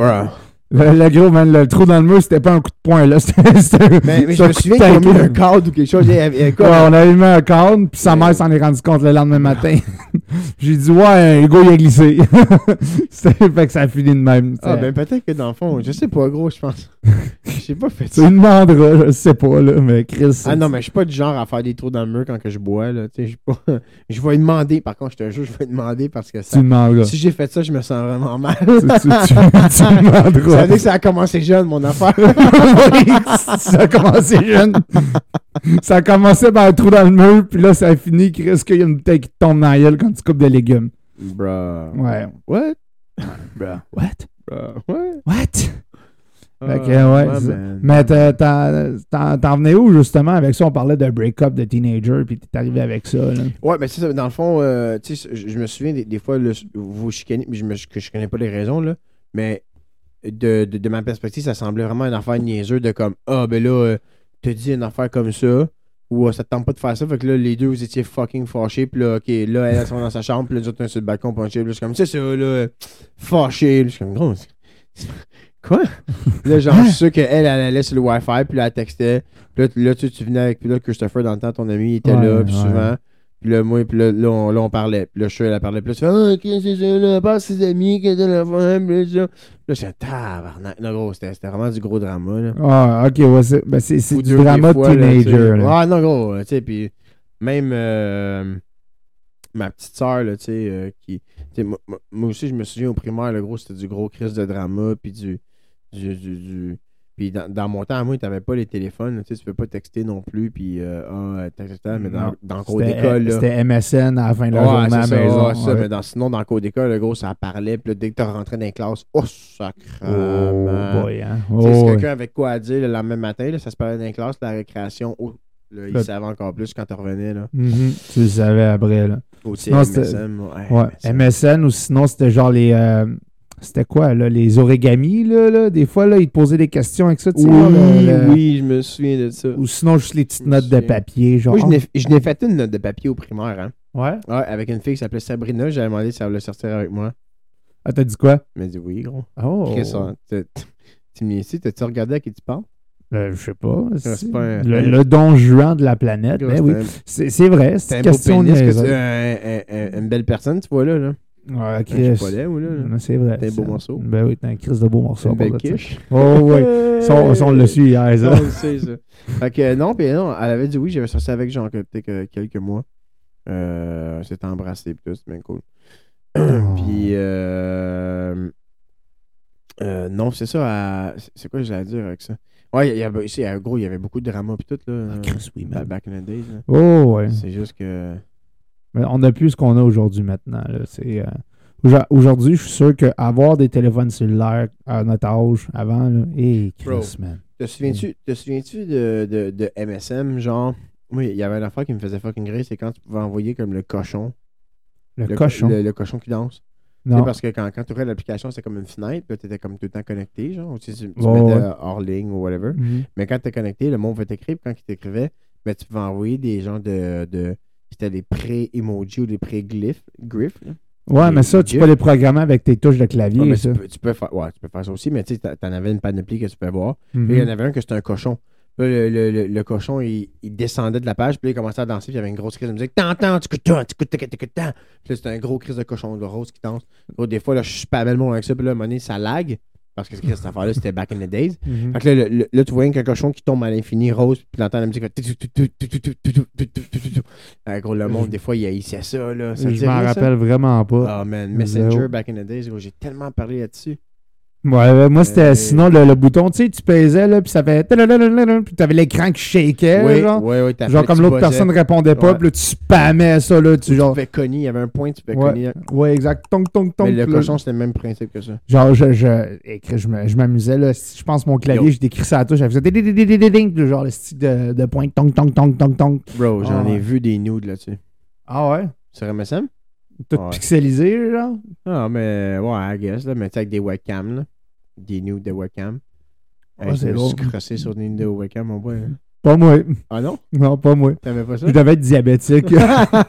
B: Le gros, man, le trou dans le mur, c'était pas un coup de poing, là.
A: Mais je me souviens qu'on a mis un cadre ou quelque chose.
B: On avait mis un cadre, puis sa mère s'en est rendu compte le lendemain matin. J'ai dit, ouais, le gars, il a glissé. Fait que ça a fini de même.
A: Ah, ben peut-être que dans le fond, je sais pas, gros, je pense. J'ai pas fait ça.
B: Tu demanderas, je sais pas, là, mais Chris.
A: Ah non, mais je suis pas du genre à faire des trous dans le mur quand que je bois, là. Tu sais, je vais demander, par contre, je te jure, je vais demander parce que ça.
B: Tu demanderas.
A: Si j'ai fait ça, je me sens vraiment mal.
B: Tu demanderas.
A: Ça veut dire que ça a commencé jeune, mon affaire.
B: Oui, ça a commencé jeune. Ça a commencé par un trou dans le mur, puis là, ça a fini qu'il y a une bouteille qui te tombe dans la gueule quand tu coupes des légumes.
A: Bruh.
B: Ouais.
A: What?
B: Bruh. What?
A: Bruh. What?
B: What? Fait que, ouais. Mais t'en venais où, justement, avec ça? On parlait d'un break-up de teenager, puis t'es arrivé avec ça, là.
A: Ouais, mais c'est ça. Dans le fond, tu sais, je me souviens des fois, vous chicanez, mais je connais pas les raisons, là, mais de ma perspective, ça semblait vraiment une affaire niaiseuse de comme, ben là, t'as dit une affaire comme ça, ou ça te tente pas de faire ça, fait que là, les deux, vous étiez fucking fâchés, puis là, ok, là, elle sont dans sa chambre, puis là, nous autres, on est sur le balcon, puis je suis comme, c'est ça, là, fâché, je suis comme, gros, quoi? Là, genre, je suis sûr qu'elle allait sur le Wi-Fi, puis là, elle textait, puis là, tu venais avec, puis là, Christopher, dans le temps, ton ami, il était là, puis souvent. Puis là, moi, puis là, on parlait. Puis là, je suis elle parlait. Puis là, tu fais, ok, c'est ça, là, passe ses amis qui étaient la femme. Puis là, je suis un tabarnak. Non, gros, c'était vraiment du gros drama, là.
B: Ah, ok, ouais, c'est du drama de teenager, là.
A: Ah, non, gros, tu sais, puis même ma petite soeur, là, tu sais, qui. Tu sais, moi aussi, je me souviens au primaire, le gros, c'était du gros crise de drama, puis Puis dans mon temps, à moi, tu n'avais pas les téléphones. Tu peux pas texter non plus. Puis, mais dans le cours d'école.
B: C'était MSN à la fin de la journée à la maison.
A: Ça, mais sinon, dans le cours d'école, le gros, ça parlait. Puis là, dès que tu rentrais dans les classes, sacrément.
B: Oh boy, hein.
A: Si quelqu'un avait quoi à dire le lendemain matin, là, ça se parlait dans les classes, la récréation. Là, il savait encore plus quand tu revenais. Là.
B: Tu le savais après. Là.
A: Sinon, MSN.
B: MSN, ou sinon, c'était genre les. C'était quoi, là, les origamis, là? Des fois, là, ils te posaient des questions avec ça, tu sais.
A: Oui, je me souviens de ça.
B: Ou sinon, juste les petites notes de papier, genre.
A: Moi, je n'ai fait une note de papier au primaire, hein.
B: Ouais?
A: Ouais, avec une fille qui s'appelait Sabrina. J'avais demandé si elle voulait sortir avec moi.
B: Ah, t'as dit quoi?
A: Elle m'a dit oui, gros.
B: Oh!
A: Tu me ici, t'as-tu regardé à qui tu parles?
B: Je sais pas.
A: C'est pas
B: le Don Juan de la planète. Ben oui. C'est vrai, c'est une question de
A: une belle personne, tu vois, là.
B: Ouais, Chris. C'est vrai.
A: T'es un beau morceau.
B: Ben oui, t'es un Chris de beau morceau.
A: Une belle quiche.
B: Oh oui. Ça, on l'a su hier, ça.
A: C'est ça. Fait que non, puis non, elle avait dit oui, j'avais sorti avec genre peut-être quelques mois. S'était embrassé, puis tout, c'était bien cool. Puis non, c'est ça. C'est quoi que j'allais dire avec ça? Ouais, il y avait beaucoup de drama puis tout, là.
B: Chris, oui, man.
A: Back in the days. Là.
B: Oh, ouais.
A: C'est juste que...
B: Mais on a plus ce qu'on a aujourd'hui maintenant. Là. Aujourd'hui, je suis sûr qu'avoir des téléphones cellulaires à notre âge, avant, là, Chris,
A: bro,
B: man.
A: Te souviens-tu de MSM, genre... Oui, il y avait une affaire qui me faisait fucking rire, c'est quand tu pouvais envoyer comme le cochon.
B: Le cochon?
A: Le cochon qui danse.
B: Non.
A: Parce que quand tu ouvrais l'application, c'était comme une fenêtre, puis tu étais comme tout le temps connecté, genre. Tu mettais hors ligne ou whatever.
B: Mm-hmm.
A: Mais quand tu es connecté, le monde va t'écrire, puis quand il t'écrivait, ben, tu pouvais envoyer des gens c'était des pré-emojis ou des pré-griffs.
B: Ouais, mais ça, tu peux les programmer avec tes touches de clavier.
A: Ouais, mais
B: ça.
A: tu peux faire ça aussi, mais tu sais, t'en avais une panoplie que tu peux voir.
B: Mm-hmm.
A: Puis il y en avait un que c'était un cochon. Là, le cochon, il descendait de la page, puis là, il commençait à danser, puis il y avait une grosse crise de musique. T'entends, tu Puis là, c'était un gros crise de cochon, de rose qui danse. Des fois, là, je suis pas le monde avec ça, puis là, à un moment donné, ça lag. Parce que cette affaire-là, c'était back in the days.
B: Mm-hmm.
A: Fait que là, tu voyais qu'un cochon qui tombe à l'infini rose, puis t'entends la musique. Gros, le monde, des fois, il haïssait ça. Là.
B: Je m'en rappelle vraiment pas.
A: Oh man, Messenger back in the days, gros, j'ai tellement parlé là-dessus.
B: Ouais, moi, c'était sinon le bouton, tu sais, tu pesais, là, puis ça fait... Puis t'avais l'écran qui shakeait, genre.
A: Oui,
B: Genre comme l'autre personne ne répondait pas, puis là, tu spammais ça, là, tu genre...
A: pouvais cogner, il y avait un point, tu pouvais cogner.
B: Ouais, exact. Tonk, tonk, tonk.
A: Mais le cochon, c'était le même principe que ça.
B: Genre, je m'amusais, là. Je pense mon clavier, je décris ça à touche, j'avais ça, genre le style de point, tonk, tonk, tonk, tonk, tonk.
A: Bro, j'en ai vu des nudes là-dessus.
B: Ah ouais?
A: Sur MSM?
B: Tout pixelisé, genre?
A: Ah, mais, ouais, I guess, là, mais tu sais, avec des webcams, là. Des nudes de webcam.
B: C'est
A: drôle. Je
B: drôle.
A: crossé sur des nudes de webcam, mon boy.
B: Pas moi.
A: Ah non?
B: Non, pas moi.
A: T'avais pas ça?
B: Je devais être diabétique.
A: C'est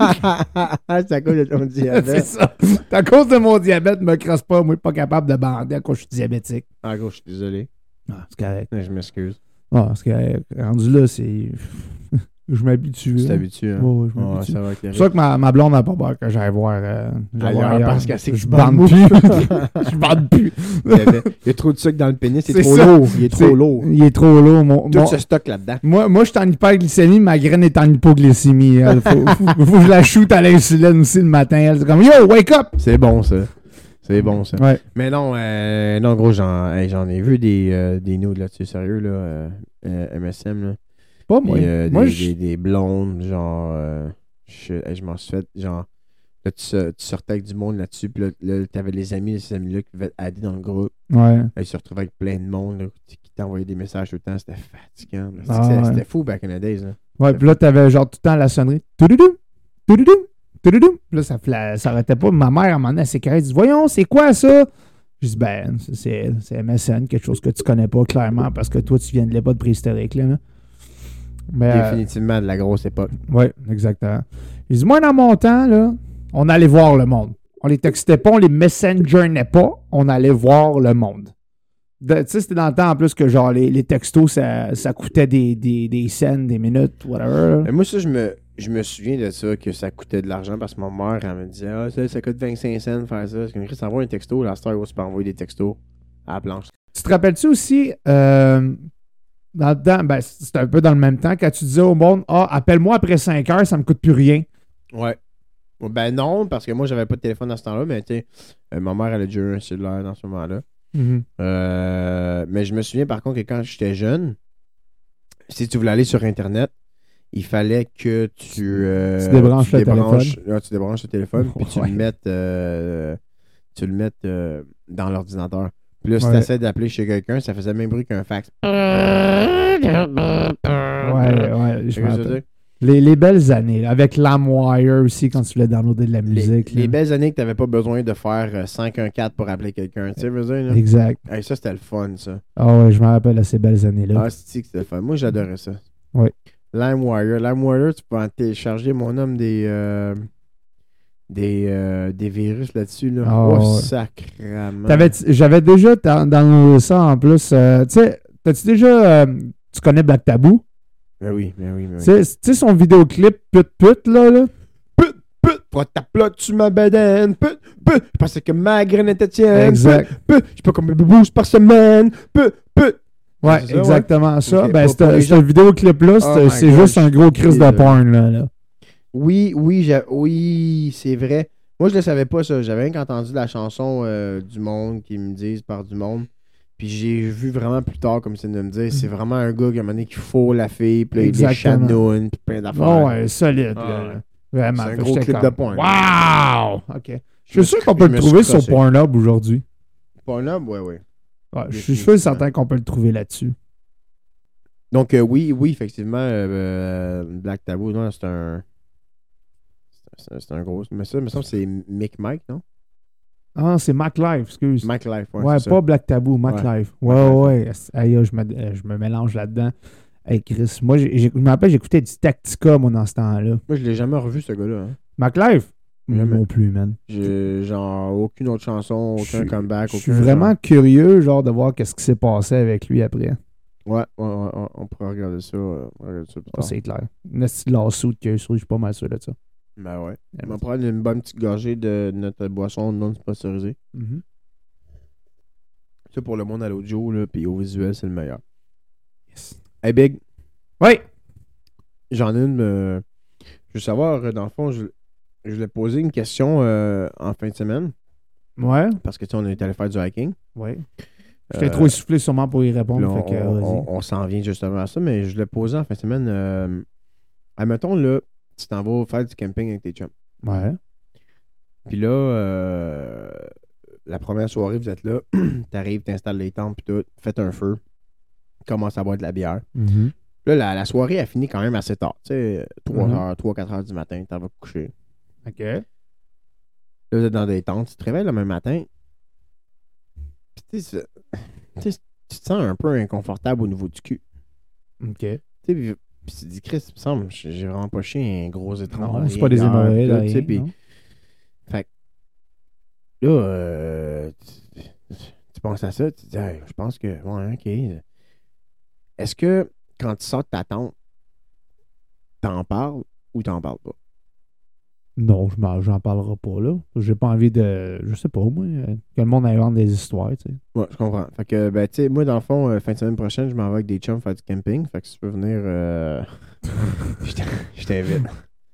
A: à cause de ton diabète.
B: C'est ça. À cause de mon diabète, je me crosse pas. Moi, je suis pas capable de bander à cause je suis diabétique.
A: Ah, gros, je suis désolé.
B: Ah, c'est correct.
A: Je m'excuse.
B: Ah, c'est correct. Rendu là, c'est... Je m'habitue.
A: Tu t'habitues, hein?
B: Ouais, je m'habitue.
A: Ça va
B: C'est pour ça que ma blonde n'a pas peur que j'aille voir.
A: Ailleurs, parce qu'elle sait que
B: je bande plus. Je bande plus.
A: Il y a trop de sucre dans le pénis, c'est
B: C'est
A: trop
B: ça.
A: lourd. Il est trop lourd.
B: Il est trop lourd.
A: Tout ce stock là-dedans.
B: Moi, je suis en hyperglycémie, ma graine est en hypoglycémie. Il faut que je la shoot à l'insuline aussi le matin. Elle est comme, yo, wake up!
A: C'est bon, ça. C'est bon, ça.
B: Ouais.
A: Mais non, non, gros, j'en ai vu des nudes là-dessus, sérieux, là. MSM, là.
B: Pas moi. Moi,
A: des blondes, genre. Je m'en suis fait, genre. Là, tu sortais avec du monde là-dessus, puis là t'avais les amis, ces amis-là qui pouvaient aider dans le groupe.
B: Ouais.
A: Là, ils se retrouvaient avec plein de monde, là, qui t'envoyait des messages tout le temps. C'était fatigant. C'était fou back in the days. Là.
B: Ouais, puis là, t'avais genre tout le temps la sonnerie. Toudoudou, toudoudou, toudoudou. Puis là, ça arrêtait pas. Ma mère, à un moment donné, elle s'est carrée, elle dit, voyons, c'est quoi ça? Je dis, ben, c'est MSN, quelque chose que tu connais pas clairement, parce que toi, tu viens de l'époque préhistorique, là. Mais,
A: définitivement de la grosse époque.
B: Oui, exactement. Je dis, moi, dans mon temps, là, on allait voir le monde. On les textait pas, on les messengernait pas, on allait voir le monde. Tu sais, c'était dans le temps en plus que genre les textos, ça coûtait des cents, des minutes, whatever.
A: Mais moi, ça, je me souviens de ça, que ça coûtait de l'argent parce que ma mère, elle me disait, ah, ça coûte 25 cents de faire ça. Parce que Chris envoie un texto, la star, tu peux envoyer des textos à la planche.
B: Tu te rappelles-tu aussi, dans le temps, ben, c'était un peu dans le même temps, quand tu disais au monde, appelle-moi après 5 heures, ça me coûte plus rien.
A: Ouais. Ben non, parce que moi, j'avais pas de téléphone à ce temps-là, mais tu sais, ma mère, elle a déjà eu un cellulaire dans ce moment-là.
B: Mm-hmm.
A: Mais je me souviens par contre que quand j'étais jeune, si tu voulais aller sur Internet, il fallait que tu
B: débranches le téléphone.
A: Tu débranches le téléphone, puis tu
B: Ouais.
A: le mettes dans l'ordinateur. Puis là, si tu essaies d'appeler chez quelqu'un, ça faisait le même bruit qu'un fax.
B: Ouais, je me rappelle.
A: dire?
B: Les belles années, là, avec LimeWire aussi, quand tu voulais downloader de la musique.
A: Les belles années que tu n'avais pas besoin de faire 514 pour appeler quelqu'un. Tu sais, veux dire, là?
B: Exact.
A: Hey, ça, c'était le fun, ça.
B: Ah ouais, je me rappelle de ces belles années-là.
A: Ah, c'est que c'était le fun. Moi, j'adorais ça.
B: Oui.
A: LimeWire, tu peux en télécharger, mon homme, des virus là-dessus. Là.
B: Oh, ouais.
A: Sacrément.
B: J'avais déjà downloadé ça en plus. Tu sais, t'as-tu déjà... tu connais Black Tabou?
A: Ben oui.
B: Tu sais son vidéoclip put là?
A: Put, pour ta plot sur ma bedaine. Put, je pensais que ma graine était tienne.
B: Exact.
A: Put, je sais pas combien de boosts par semaine. Put.
B: Ouais,
A: C'est ça,
B: exactement ça.
A: Okay,
B: Ben,
A: pour les
B: ce vidéoclip-là,
A: Oh
B: c'est
A: my
B: juste
A: gosh.
B: un gros crise de porn, là.
A: Oui, c'est vrai. Moi, je le savais pas, ça. J'avais rien qu'entendu la chanson du monde qui me disent par du monde. Puis j'ai vu vraiment plus tard, comme c'est de me dire, c'est vraiment un gars qui a un moment donné qui fourre la fille, puis là, il
B: Exactement.
A: déchanoune, puis plein d'affaires.
B: Oh, ouais, solide,
A: Ah,
B: là.
A: ouais.
B: Vraiment.
A: C'est un
B: Fait
A: gros
B: j'étais
A: clip
B: comme,
A: de porn.
B: Wow! OK. Je
A: Je me
B: suis sûr
A: suis-
B: qu'on peut
A: je
B: le
A: me
B: trouver
A: suis
B: sur
A: crossé.
B: Pornhub aujourd'hui.
A: Pornhub, ouais.
B: Ouais, je suis
A: Définitivement.
B: certain qu'on peut le trouver là-dessus.
A: Donc, oui, effectivement, Black Taboo, non, c'est un gros. Mais ça, il me semble que c'est Mick Mike, non?
B: Ah, c'est Mac Life, excuse.
A: Mac Life, ouais.
B: Ouais,
A: c'est
B: pas
A: ça.
B: Black Taboo, Mac
A: Ouais.
B: Life.
A: Mac
B: Ouais. Aïe, je me mélange là-dedans. Hey, Chris, moi, je me rappelle, j'écoutais du Tactica, moi, dans ce temps-là.
A: Moi, je l'ai jamais revu, ce gars-là. Hein.
B: Mac Life?
A: Jamais.
B: Non plus, man.
A: J'ai, genre, aucune autre chanson, aucun comeback.
B: Je suis vraiment curieux, genre, de voir qu'est-ce qui s'est passé avec lui après.
A: Ouais, on pourra regarder ça. Plus
B: Ça,
A: tard.
B: c'est clair. Une petite lawsuit qu'il y a eu sur, je suis pas mal sûr de ça.
A: Ben ouais. On va prendre une bonne petite gorgée de notre boisson non sponsorisée.
B: Mhm.
A: Ça, pour le monde à l'audio, là, puis au visuel, c'est le meilleur.
B: Yes.
A: Hey, Big,
B: Oui!
A: j'en ai une. Je veux savoir, dans le fond, je voulais poser une question en fin de semaine.
B: Ouais.
A: Parce que, tu sais, on est allé faire du hiking.
B: Ouais. J'étais trop essoufflé sûrement pour y
A: Là,
B: répondre. Fait que, vas-y.
A: on s'en vient justement à ça, mais je l'ai posé en fin de semaine. Admettons, là, tu t'en vas faire du camping avec tes chums.
B: Ouais.
A: Puis là, la première soirée, vous êtes là, t'arrives, t'installes les tentes, puis tout, faites un feu, commence à boire de la bière.
B: Mhm.
A: Là, la soirée a fini quand même assez tard. Tu sais, 3
B: Mhm.
A: heures, 3-4 heures du matin, t'en vas te coucher.
B: OK.
A: Là, vous êtes dans des tentes, tu te réveilles le même matin. Puis, tu te sens un peu inconfortable au niveau du cul.
B: OK.
A: Tu sais, puis tu te dis, Chris, il me semble, j'ai vraiment pas chié un gros étrange.
B: Non, c'est pas des hémorroïdes.
A: Là, tu sais,
B: Rien,
A: puis
B: non?
A: là, tu penses à ça, tu te dis, hey, je pense que, ouais, ok. Est-ce que quand tu sors de ta tente, t'en parles ou t'en parles pas?
B: Non, j'en parlerai pas là. J'ai pas envie de. Je sais pas, moi, que le monde invente des histoires, tu sais.
A: Ouais, je comprends. Fait que, ben, tu sais, moi, dans le fond, fin de semaine prochaine, je m'en vais avec des chums faire du camping. Fait que si tu peux venir, je t'invite.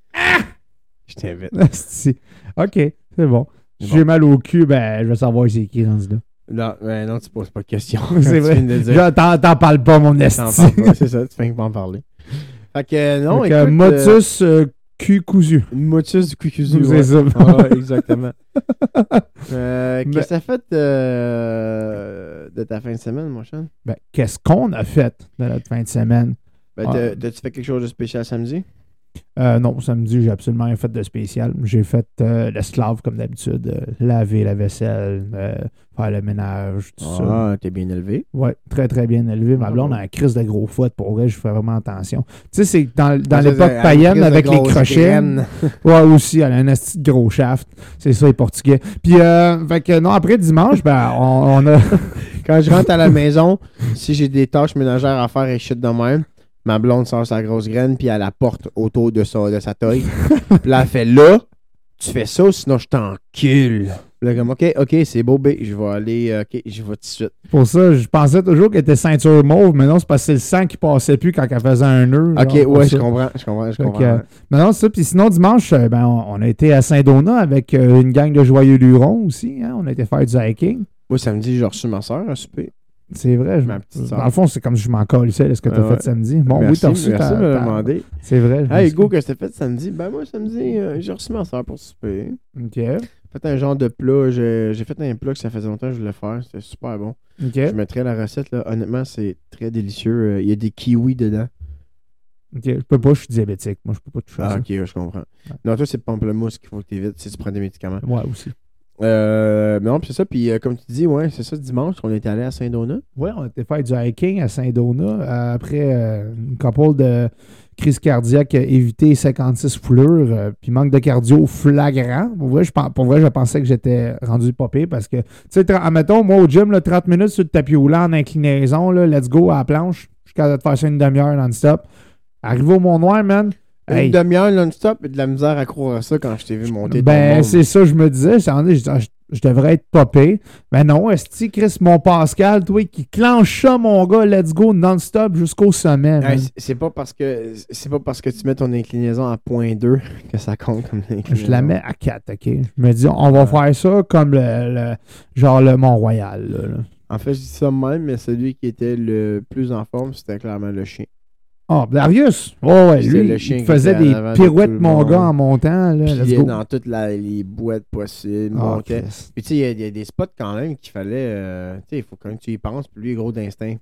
A: Je t'invite.
B: Asti. OK, c'est bon. Si j'ai mal au cul, ben, je vais savoir c'est qui rendu là.
A: Non, ben, non, tu poses pas de questions.
B: C'est
A: Tu
B: vrai.
A: viens de le dire.
B: Genre, t'en parles pas, mon
A: T'en
B: esti.
A: parles pas, c'est ça, tu fais pas en parler. Fait que, non,
B: Donc,
A: écoute...
B: motus cul cousu.
A: Motus du cucuzu.
B: C'est
A: Ouais.
B: ça.
A: Ah, exactement. Qu'est-ce que t'as fait de ta fin de semaine, mon cher?
B: Ben, qu'est-ce qu'on a fait de notre fin de semaine?
A: Ben, t'as-tu fait quelque chose de spécial samedi?
B: Non, samedi, j'ai absolument rien fait de spécial. J'ai fait l'esclave comme d'habitude. Laver la vaisselle, faire le ménage, tout ça.
A: Ah, t'es bien élevé.
B: Ouais, très très bien élevé. Ma blonde a un crise de gros foot. Pour vrai, je fais vraiment attention. Tu sais, c'est dans l'époque païenne avec les crochets. Ouais, aussi, elle a un esti de gros shaft. C'est ça, les Portugais. Puis, fait que non, après dimanche, ben, on a.
A: Quand je rentre à la maison, si j'ai des tâches ménagères à faire et shit de même, ma blonde sort sa grosse graine puis elle la porte autour de sa taille. Puis là, elle fait là, tu fais ça, sinon je t'encule. Là, comme, OK, c'est beau, B. Je vais aller, OK, je vais tout de suite.
B: Pour ça, je pensais toujours qu'elle était ceinture mauve, mais non, c'est parce que c'est le sang qui passait plus quand elle faisait un nœud.
A: OK,
B: genre,
A: ouais,
B: ça.
A: je comprends.
B: Fait que,
A: Ouais.
B: mais non, c'est ça. Puis sinon, dimanche, ben, on a été à Saint-Donat avec une gang de joyeux lurons aussi. Hein? On a été faire du hiking.
A: Moi, samedi, j'ai reçu ma soeur à souper.
B: C'est vrai.
A: Ma petite sœur.
B: Dans le fond, c'est comme si je m'en colissais ce que tu as
A: Ouais.
B: fait samedi. Bon,
A: Merci,
B: oui, tu as reçu
A: merci de me le demander.
B: C'est vrai. je
A: Hey,
B: m'excuse.
A: Hugo, qu'est-ce que t'as fait samedi? Ben, moi, samedi, j'ai reçu ma soeur pour souper.
B: OK.
A: J'ai fait un genre de plat. J'ai fait un plat que ça faisait longtemps que je voulais faire. C'était super bon.
B: OK.
A: Je mettrais la recette, là. Honnêtement, c'est très délicieux. Il y a des kiwis dedans.
B: OK. Je peux pas, je suis diabétique. Moi, je peux pas toucher à
A: Ah,
B: ça.
A: ok, ouais, je comprends. Non, toi, c'est pamplemousse qu'il faut que tu évites si tu prends des médicaments.
B: Ouais, aussi.
A: Mais non, puis c'est ça. Puis comme tu dis, ouais, c'est ça, dimanche, on est allé à Saint-Donat.
B: Ouais, on a été faire du hiking à Saint-Donat après une couple de crise cardiaque évitée 56 foulures, puis manque de cardio flagrant. Pour vrai, je pensais que j'étais rendu popé parce que, tu sais, admettons, moi au gym, là, 30 minutes sur le tapis roulant en inclinaison, là, let's go à la planche, jusqu'à te faire ça une demi-heure non-stop. Arrivé au Mont-Noir, man. Hey.
A: Une demi-heure non-stop et de la misère à croire à ça quand je t'ai vu monter.
B: Ben, c'est ça, je me disais. Je devrais être popé. Ben non, esti, Chris, mon Pascal, toi, qui clenche ça, mon gars, let's go non-stop jusqu'au sommet.
A: Hey, c'est pas parce que tu mets ton inclinaison à 0.2 que ça compte comme inclinaison.
B: Je la mets à 4, OK? Je me dis, on va faire ça comme genre le Mont-Royal. Là.
A: En fait, je dis ça même, mais celui qui était le plus en forme, c'était clairement le chien.
B: Ah, Darius! Oh, ouais,
A: C'était
B: lui,
A: le chien
B: il
A: qui
B: faisait
A: était en
B: des
A: avant de
B: pirouettes,
A: tout le
B: mon
A: monde.
B: gars, en montant. Là,
A: Puis
B: let's
A: il est
B: go.
A: dans toutes les boîtes possibles.
B: Ah,
A: montait.
B: Chris.
A: Puis tu sais, il y a des spots quand même qu'il fallait. Tu sais, il faut quand tu y penses. Puis lui, il est gros d'instinct.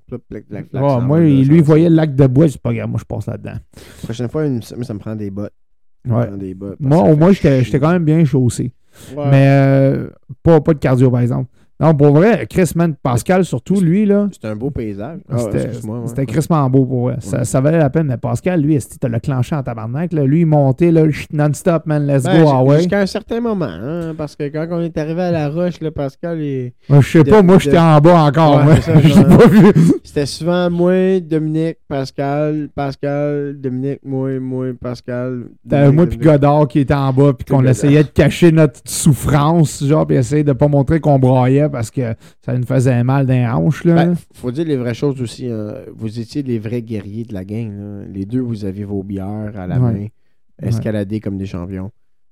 B: Ah, moi, lui, il voyait le lac de bois. Je dis pas, regarde, moi, je passe là-dedans.
A: La prochaine fois, moi, ça me prend des bottes.
B: Ouais.
A: Des bottes
B: Moi, au moins, j'étais quand même bien chaussé.
A: Ouais.
B: Mais pas de cardio, par exemple. Non, pour vrai, Chris, man, Pascal, surtout, lui, là.
A: C'était un beau paysage.
B: C'était crissement beau pour vrai. Ça valait la peine. Mais Pascal, lui, tu l'as clenché en tabarnak. Là. Lui, il montait là, non-stop, man, let's go, ah ouais.
A: Jusqu'à un certain moment, hein, parce que quand on est arrivé à la roche, là, Pascal,
B: Je sais pas, moi, j'étais en bas encore.
A: Ouais,
B: moi.
A: ça,
B: J'ai pas vu.
A: c'était souvent moi, Dominique, Pascal, Dominique, moi, Pascal.
B: T'avais moi puis
A: Dominique.
B: Godard qui était en bas puis qu'on
A: Godard.
B: essayait de cacher notre souffrance, genre, puis essayer de pas montrer qu'on broyait parce que ça nous faisait mal dans les hanches, là.
A: Ben, faut dire les vraies choses aussi. Hein. Vous étiez les vrais guerriers de la gang. Là. Les deux, vous aviez vos bières à la main, escaladés comme des champions.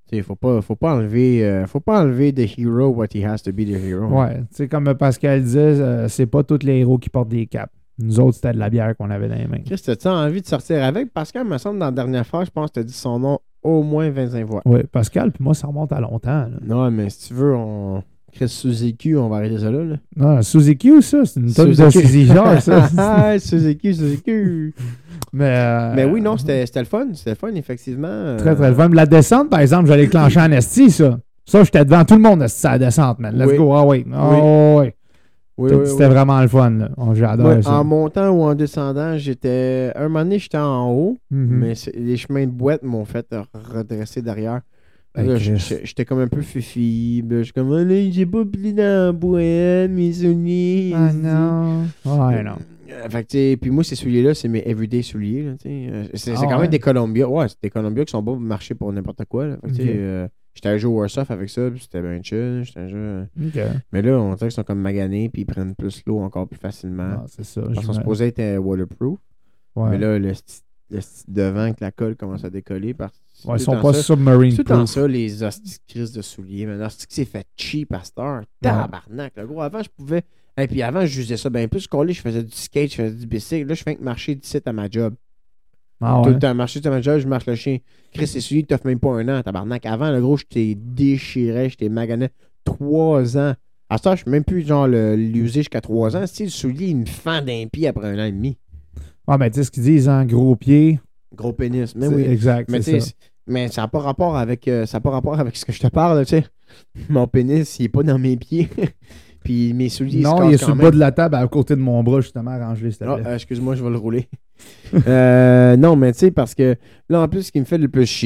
A: Tu sais, faut pas enlever the hero what he has to be the hero.
B: Ouais, tu sais, comme Pascal disait, c'est pas tous les héros qui portent des capes. Nous autres, c'était de la bière qu'on avait dans les mains.
A: Chris, t'as-tu envie de sortir avec? Pascal, me semble, dans la dernière fois, je pense que t'as dit son nom au moins 25 fois.
B: Oui, Pascal, puis moi, ça remonte à longtemps. Là.
A: Non, mais si tu veux, Chris Suzuki, on va arrêter ça là.
B: Non, Suzuki, ça, c'est une tonne de Suzy Genre, ça.
A: Suzuki. Mais oui, non, c'était le fun. C'était le fun, effectivement.
B: Très, très le fun. La descente, par exemple, j'allais clencher en esti, ça. Ça, j'étais devant tout le monde, esti, à la descente, man. Let's go. Ah oui. Oh, oui.
A: Oui,
B: c'était vraiment le fun, là. J'adore ça.
A: En montant ou en descendant, un moment donné, j'étais en haut, mais les chemins de boîte m'ont fait redresser derrière. Là, j'étais comme un peu fifi. Je suis comme, allez, j'ai pas pris dans la boîte, mes souliers.
B: Ah non. Ouais, non.
A: Fait que, puis moi, ces souliers-là, c'est mes everyday souliers. Là, c'est quand même des Columbia. Ouais, c'est des Columbia qui sont pas marcher pour n'importe quoi. Là. Fait que, j'étais allé jouer au Warsoft avec ça, puis c'était bien chill. Mais là, on dirait qu'ils sont comme maganés, puis ils prennent plus l'eau encore plus facilement.
B: Ah, c'est ça.
A: Parce qu'on supposait être waterproof. Ouais. Mais là, le devant avec la colle commence à décoller.
B: Ils sont pas submarine
A: proof. Tout en ça, les hosties crises de souliers. Maintenant, c'est que c'est fait cheap à cette heure. Tabarnak. Le gros, avant, je pouvais... Et puis avant, je usais ça bien plus. Je faisais du skate, je faisais du bicycle. Là, je fais que marcher d'ici à ma job. Tout le temps, marcher à ma job, je marche le chien. Chris, c'est souliers, tu t'offres même pas un an, tabarnak. Avant, le gros, je t'ai déchiré, je t'ai magané 3 ans. À ça, je suis même plus genre l'user jusqu'à 3 ans. Si le soulier, il me fend d'un pied après 1 an et demi.
B: Ah, ben, tu sais ce qu'ils disent, hein, gros pied.
A: Gros pénis. Mais oui.
B: Exact.
A: Mais ça n'a pas rapport avec ce que je te parle, tu sais. Mon pénis, il est pas dans mes pieds. Puis mes souliers,
B: non, il est sur le bas de la table à côté de mon bras, justement, arrange-les, s'il te plaît.
A: Excuse-moi, je vais le rouler. Non, mais tu sais, parce que là, en plus, ce qui me fait le plus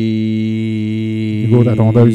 A: chier.
B: Go, ta tondeuse.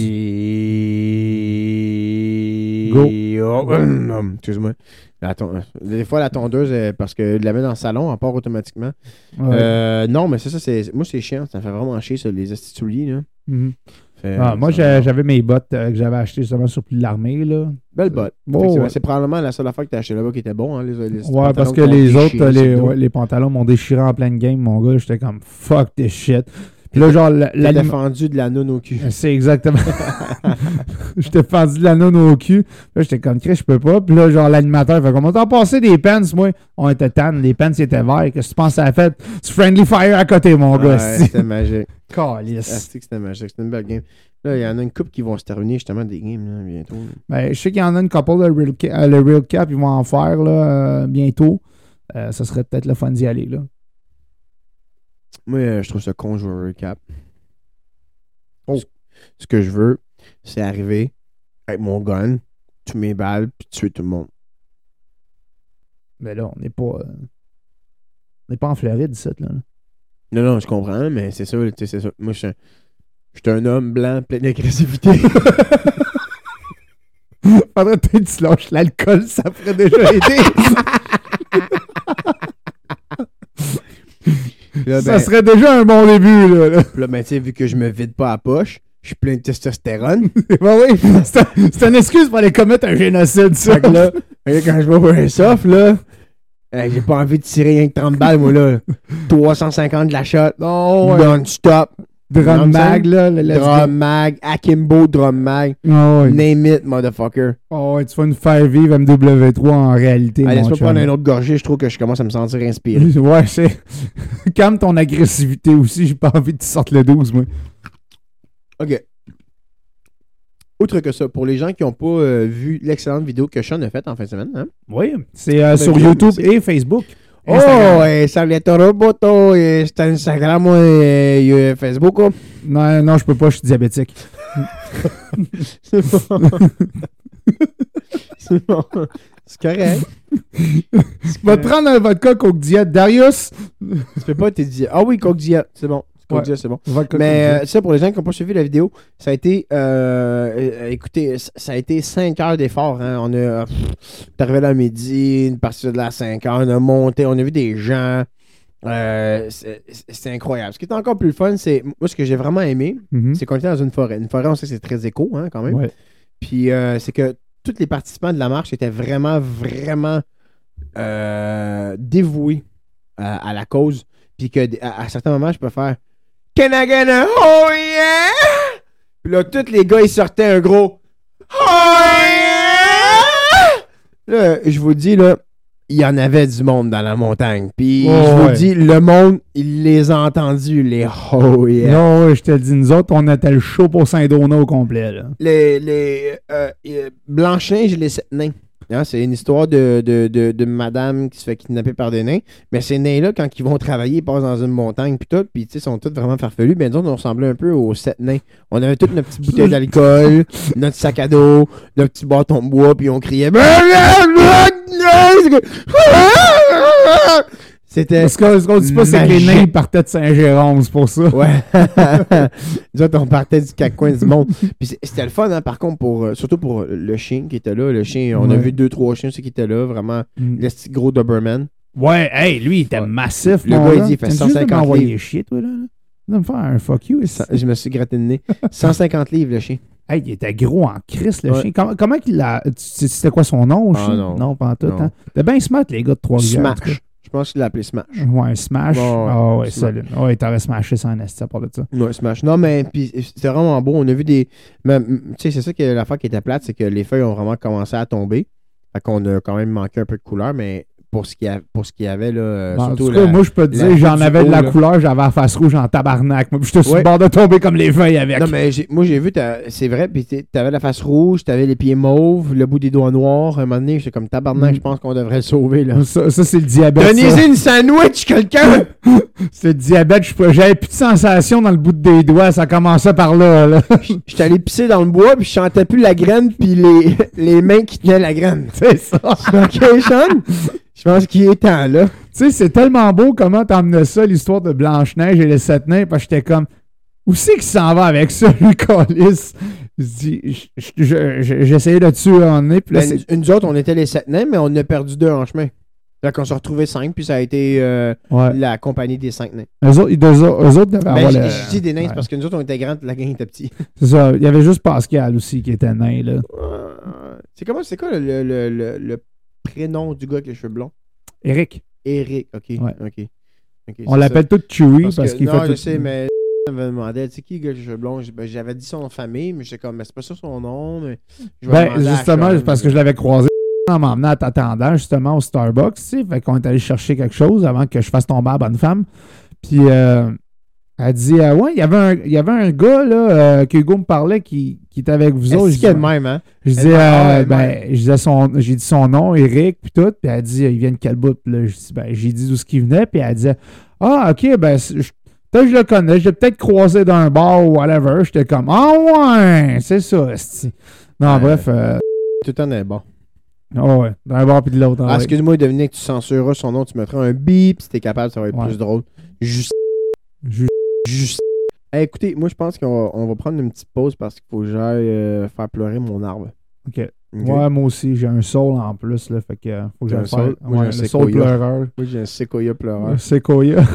B: Go.
A: Excuse-moi. Des fois, la tondeuse, parce que je la mets dans le salon, elle part automatiquement.
B: Ouais.
A: Non, mais moi, c'est chiant. Ça me fait vraiment chier, ça, les astis de souliers, là.
B: Moi, j'avais mes bottes que j'avais achetées justement sur plus de l'armée. Là.
A: Belle botte. C'est probablement la seule affaire que tu as acheté là-bas qui était bon. Hein,
B: ouais, parce que les autres, les pantalons m'ont déchiré en pleine game, mon gars. J'étais comme fuck this shit. Puis là, genre.
A: T'as fendu de la noune au cul.
B: C'est exactement. J'étais fendu de la noune au cul. Là, j'étais comme Chris, je peux pas. Puis là, genre, l'animateur fait comme on t'a passé des pants, moi. On était tan, les pants étaient verts. Qu'est-ce que tu penses à la fête? C'est Friendly Fire à côté, mon gars.
A: C'était magique.
B: Calice.
A: C'était magique. C'était une belle game. Là, il y en a une couple qui vont se terminer justement des games là, bientôt.
B: Ben, je sais qu'il y en a une couple, le Real Cap, ils vont en faire là, bientôt. Ça serait peut-être le fun d'y aller. Là.
A: Moi, je trouve ça con jouer au Real Cap. Ce que je veux, c'est arriver avec mon gun, tuer mes balles, puis tuer tout le monde.
B: Mais là, on n'est pas en Floride, ici, là.
A: Non, je comprends, mais c'est ça, c'est ça. Moi, je suis un homme blanc plein d'agressivité.
B: Faudrait peut-être que tu lâches l'alcool, ça ferait déjà aider. Là, ça serait déjà un bon début, là.
A: Puis là, ben, tu sais, vu que je me vide pas à poche, je suis plein de testostérone.
B: Ben oui, c'est une excuse pour aller commettre un génocide, ça.
A: Là, quand je vais pour un soft, là, j'ai pas envie de tirer rien que 30 balles, moi, là. 350 de la shot.
B: Oh,
A: non-stop.
B: Drum mag, là.
A: Drum mag, Akimbo Drum mag.
B: Oh,
A: name it, motherfucker.
B: Oh, ouais, tu fais une faire vivre MW3 en réalité.
A: Allez, laisse-moi prendre un autre gorgée, je trouve que je commence à me sentir inspiré.
B: Ouais, c'est. Calme ton agressivité aussi, j'ai pas envie que tu sortes le 12, moi.
A: OK. Outre que ça, pour les gens qui n'ont pas vu l'excellente vidéo que Sean a faite en fin de semaine, hein?
B: Oui, c'est sur YouTube et Facebook.
A: Oh, salut ton roboto, c'est Instagram et Facebook.
B: Non, je peux pas, je suis diabétique.
A: C'est bon. C'est bon. C'est correct.
B: Va te prendre un vodka Coke Diet. Darius?
A: Tu peux pas te dire. Ah oui, Coke Diet, c'est bon.
B: Ouais.
A: C'est bon. Mais ça, pour les gens qui n'ont pas suivi la vidéo, ça a été, écoutez, ça a été 5 heures d'effort. Hein. On est arrivé là à midi, une partie de la 5 heures, on a monté, on a vu des gens. C'est incroyable. Ce qui est encore plus fun, c'est, moi, ce que j'ai vraiment aimé, c'est qu'on était dans une forêt. Une forêt, on sait que c'est très éco, hein, quand même.
B: Ouais.
A: Puis c'est que tous les participants de la marche étaient vraiment, vraiment dévoués à la cause. Puis qu'à certains moments, je peux faire Can I get a oh yeah? Puis là, tous les gars, ils sortaient un gros... Là, je vous dis, là, il y en avait du monde dans la montagne. Puis je vous dis, le monde, il les a entendus, les oh yeah.
B: Non, je te le dis, nous autres, on était le show pour Saint-Donat au complet, là.
A: Les Blanche-Neige et les 7 nains. Hein, c'est une histoire de madame qui se fait kidnapper par des nains. Mais ces nains-là, quand ils vont travailler, ils passent dans une montagne, puis tout, puis ils sont tous vraiment farfelus. Ben, nous autres, on ressemblait un peu aux 7 nains. On avait toutes nos petites bouteilles d'alcool, notre sac à dos, notre petit bâton de bois, puis on criait. C'était.
B: Ce qu'on dit pas, c'est que les nains partaient de Saint-Jérôme, c'est pour ça.
A: Ouais. Nous autres, on partait du coin du monde. Puis c'était le fun, hein, par contre, surtout pour le chien qui était là. Le chien, on a vu 2-3 chiens qui étaient là, vraiment. Le petit gros Doberman.
B: Ouais, hey, lui, il était massif.
A: Le gars, il dit, il fait 150 livres.
B: Chier, toi, là. De me faire un fuck you.
A: Je me suis gratté le nez. 150 livres, le chien.
B: Hey, il était gros en crise, le chien. Comment qu'il a. C'était quoi son nom, le chien? Non, pas en tout. Hein? C'était bien smart, les gars de Trois-Rivières.
A: Smash. Je pense qu'il l'a appelé Smash.
B: Ouais, Smash. Ah ouais, solide. Ouais, il t'aurait smashé ça en esti à part de ça.
A: Ouais, Smash. Non, mais puis c'était vraiment beau. On a vu des. Tu sais, c'est ça que l'affaire qui était plate, c'est que les feuilles ont vraiment commencé à tomber. Fait qu'on a quand même manqué un peu de couleur, mais pour ce qu'il y avait, là.
B: Bon,
A: surtout
B: en tout cas, moi, je peux te dire, j'en avais de la couleur, j'avais la face rouge en tabarnak. Moi, j'étais sur le bord de tomber comme les feuilles avec.
A: Non, mais moi, j'ai vu, c'est vrai, puis t'avais la face rouge, t'avais les pieds mauves, le bout des doigts noirs. Un moment donné, j'étais comme tabarnak, je pense qu'on devrait le sauver, là.
B: Ça c'est le diabète.
A: Donnez-y une sandwich, quelqu'un!
B: C'est le diabète, j'avais plus de sensation dans le bout des doigts, ça commençait par là.
A: J'étais allé pisser dans le bois, puis je sentais plus la graine, puis les mains qui tenaient la graine.
B: C'est ça.
A: OK, Sean? Je pense qu'il est temps, là.
B: Tu sais, c'est tellement beau comment t'emmenais ça, l'histoire de Blanche-Neige et les 7 nains, parce que j'étais comme, où c'est qu'il s'en va avec ça, lui, Calis? J'essayais de tuer en nez, puis là,
A: nous autres, on était les 7 nains, mais on a perdu 2 en chemin. Là, qu'on s'est retrouvé 5, puis ça a été la compagnie des 5 nains.
B: Eux autres devaient avoir
A: je dis des nains, c'est parce que nous autres, on était grands, la gang était petit.
B: C'est ça. Il y avait juste Pascal aussi qui était nain, là.
A: C'est quoi le prénom du gars avec les cheveux blonds?
B: Eric.
A: OK.
B: Ouais.
A: OK,
B: on l'appelle tout Chewy parce qu'il fait tout...
A: Non, je sais, mais elle me demandait, tu sais qui, le gars avec les cheveux blonds? J'avais dit son famille, mais j'étais comme, mais c'est pas ça son nom. Mais
B: justement, parce que je l'avais croisé en m'emmenant à t'attendant justement au Starbucks, tu sais. Fait qu'on est allé chercher quelque chose avant que je fasse tomber la bonne femme. Puis elle dit, ouais, il y avait un gars là, que Hugo me parlait qui était avec vous autres.
A: C'est le même, hein?
B: Je disais, j'ai dit son nom, Eric, puis tout. Puis elle dit, il vient de quel bout? Là, j'ai dit d'où ce qu'il venait. Puis elle disait, ok, peut-être je le connais, je l'ai peut-être croisé d'un bar ou whatever. J'étais comme, ouais, c'est ça, esti. Non, bref.
A: Tout le temps est bon.
B: Ouais, d'un bord puis de l'autre.
A: Excuse-moi, Dominique, tu censureras son nom, tu mettras un bip, si t'es capable, ça va être plus drôle. Juste. Hey, écoutez, moi je pense qu'on va prendre une petite pause parce qu'il faut que j'aille faire pleurer mon arbre.
B: OK. Ouais, moi aussi, j'ai un soul en plus, là, fait que faut que j'aille faire.
A: Moi, j'ai un
B: soul pleureur.
A: Moi, j'ai un séquoia pleureur.
B: Un séquoia.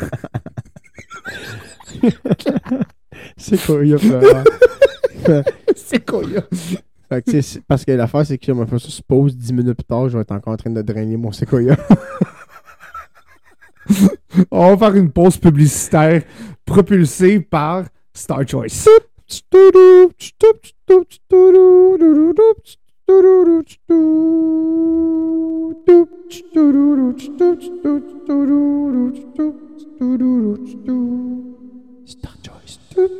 A: Séquoia pleureur.
B: Séquoia.
A: Fait que, parce que l'affaire, c'est que je me fais ça se pause 10 minutes plus tard, je vais être encore en train de drainer mon séquoia.
B: On va faire une pause publicitaire propulsée par Star Choice.
A: Star Choice.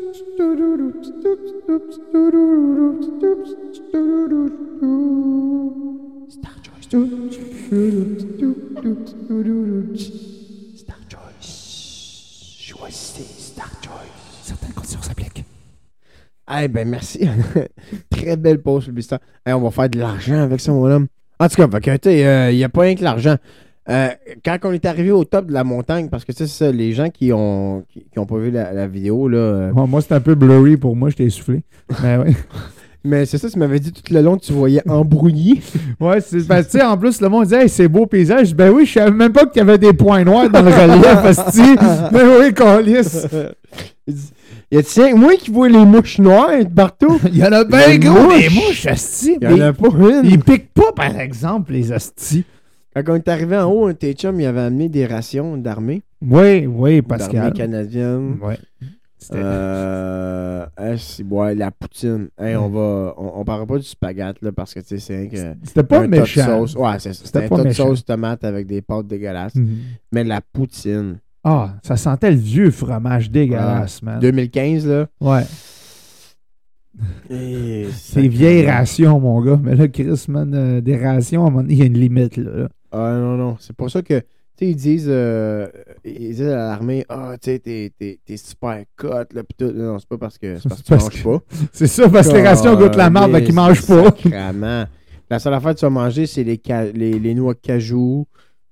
A: Star Choice. Choisissez Star Choice.
B: Certaines conditions s'appliquent.
A: Eh ben merci. Très belle pause publicitaire. Hey, on va faire de l'argent avec ça, mon homme. En tout cas, il n'y a pas rien que l'argent. Quand on est arrivé au top de la montagne, parce que c'est ça, les gens qui ont pas vu la vidéo, là.
B: Moi, c'était un peu blurry pour moi, j'étais essoufflé. Mais ouais.
A: Mais c'est ça, tu m'avais dit tout le long que tu voyais embrouillé.
B: Ouais, tu sais, en plus, le monde disait, hey, c'est beau paysage. Ben oui, je savais même pas qu'il y avait des points noirs dans le relief, asti. Ben oui, câlisse.
A: Y a-t-il moi qui vois les mouches noires partout?
B: Il y en a bien gros, les mouches, asti.
A: Il y en a pas une.
B: Ils piquent pas, par exemple, les astis.
A: Quand on est arrivé en haut, un tes chum, il avait amené des rations d'armée.
B: Oui, Pascal.
A: D'armée canadienne.
B: Ouais.
A: La poutine. Hey, on parlera pas du spaghette, là, parce que, tu sais, c'est rien que...
B: C'était pas
A: un tas de
B: méchant.
A: sauce. Ouais, c'était un
B: pas
A: tas de
B: méchant.
A: sauce tomate avec des pâtes dégueulasses.
B: Mhm.
A: Mais la poutine...
B: Ah, ça sentait le vieux fromage dégueulasse, man.
A: 2015, là.
B: Ouais. C'est vieilles rations, mon gars. Mais là, Chris, man, des rations, à un moment donné, il y a une limite, là.
A: Ah, non. C'est pour ça que, tu sais, ils disent à l'armée, tu sais, t'es super cut, là, pis tout. Non, c'est pas parce que tu manges pas.
B: C'est ça, parce que les rations goûtent la merde, qu'ils mangent pas.
A: Sacrément. La seule affaire que tu vas manger, c'est les noix de cajou,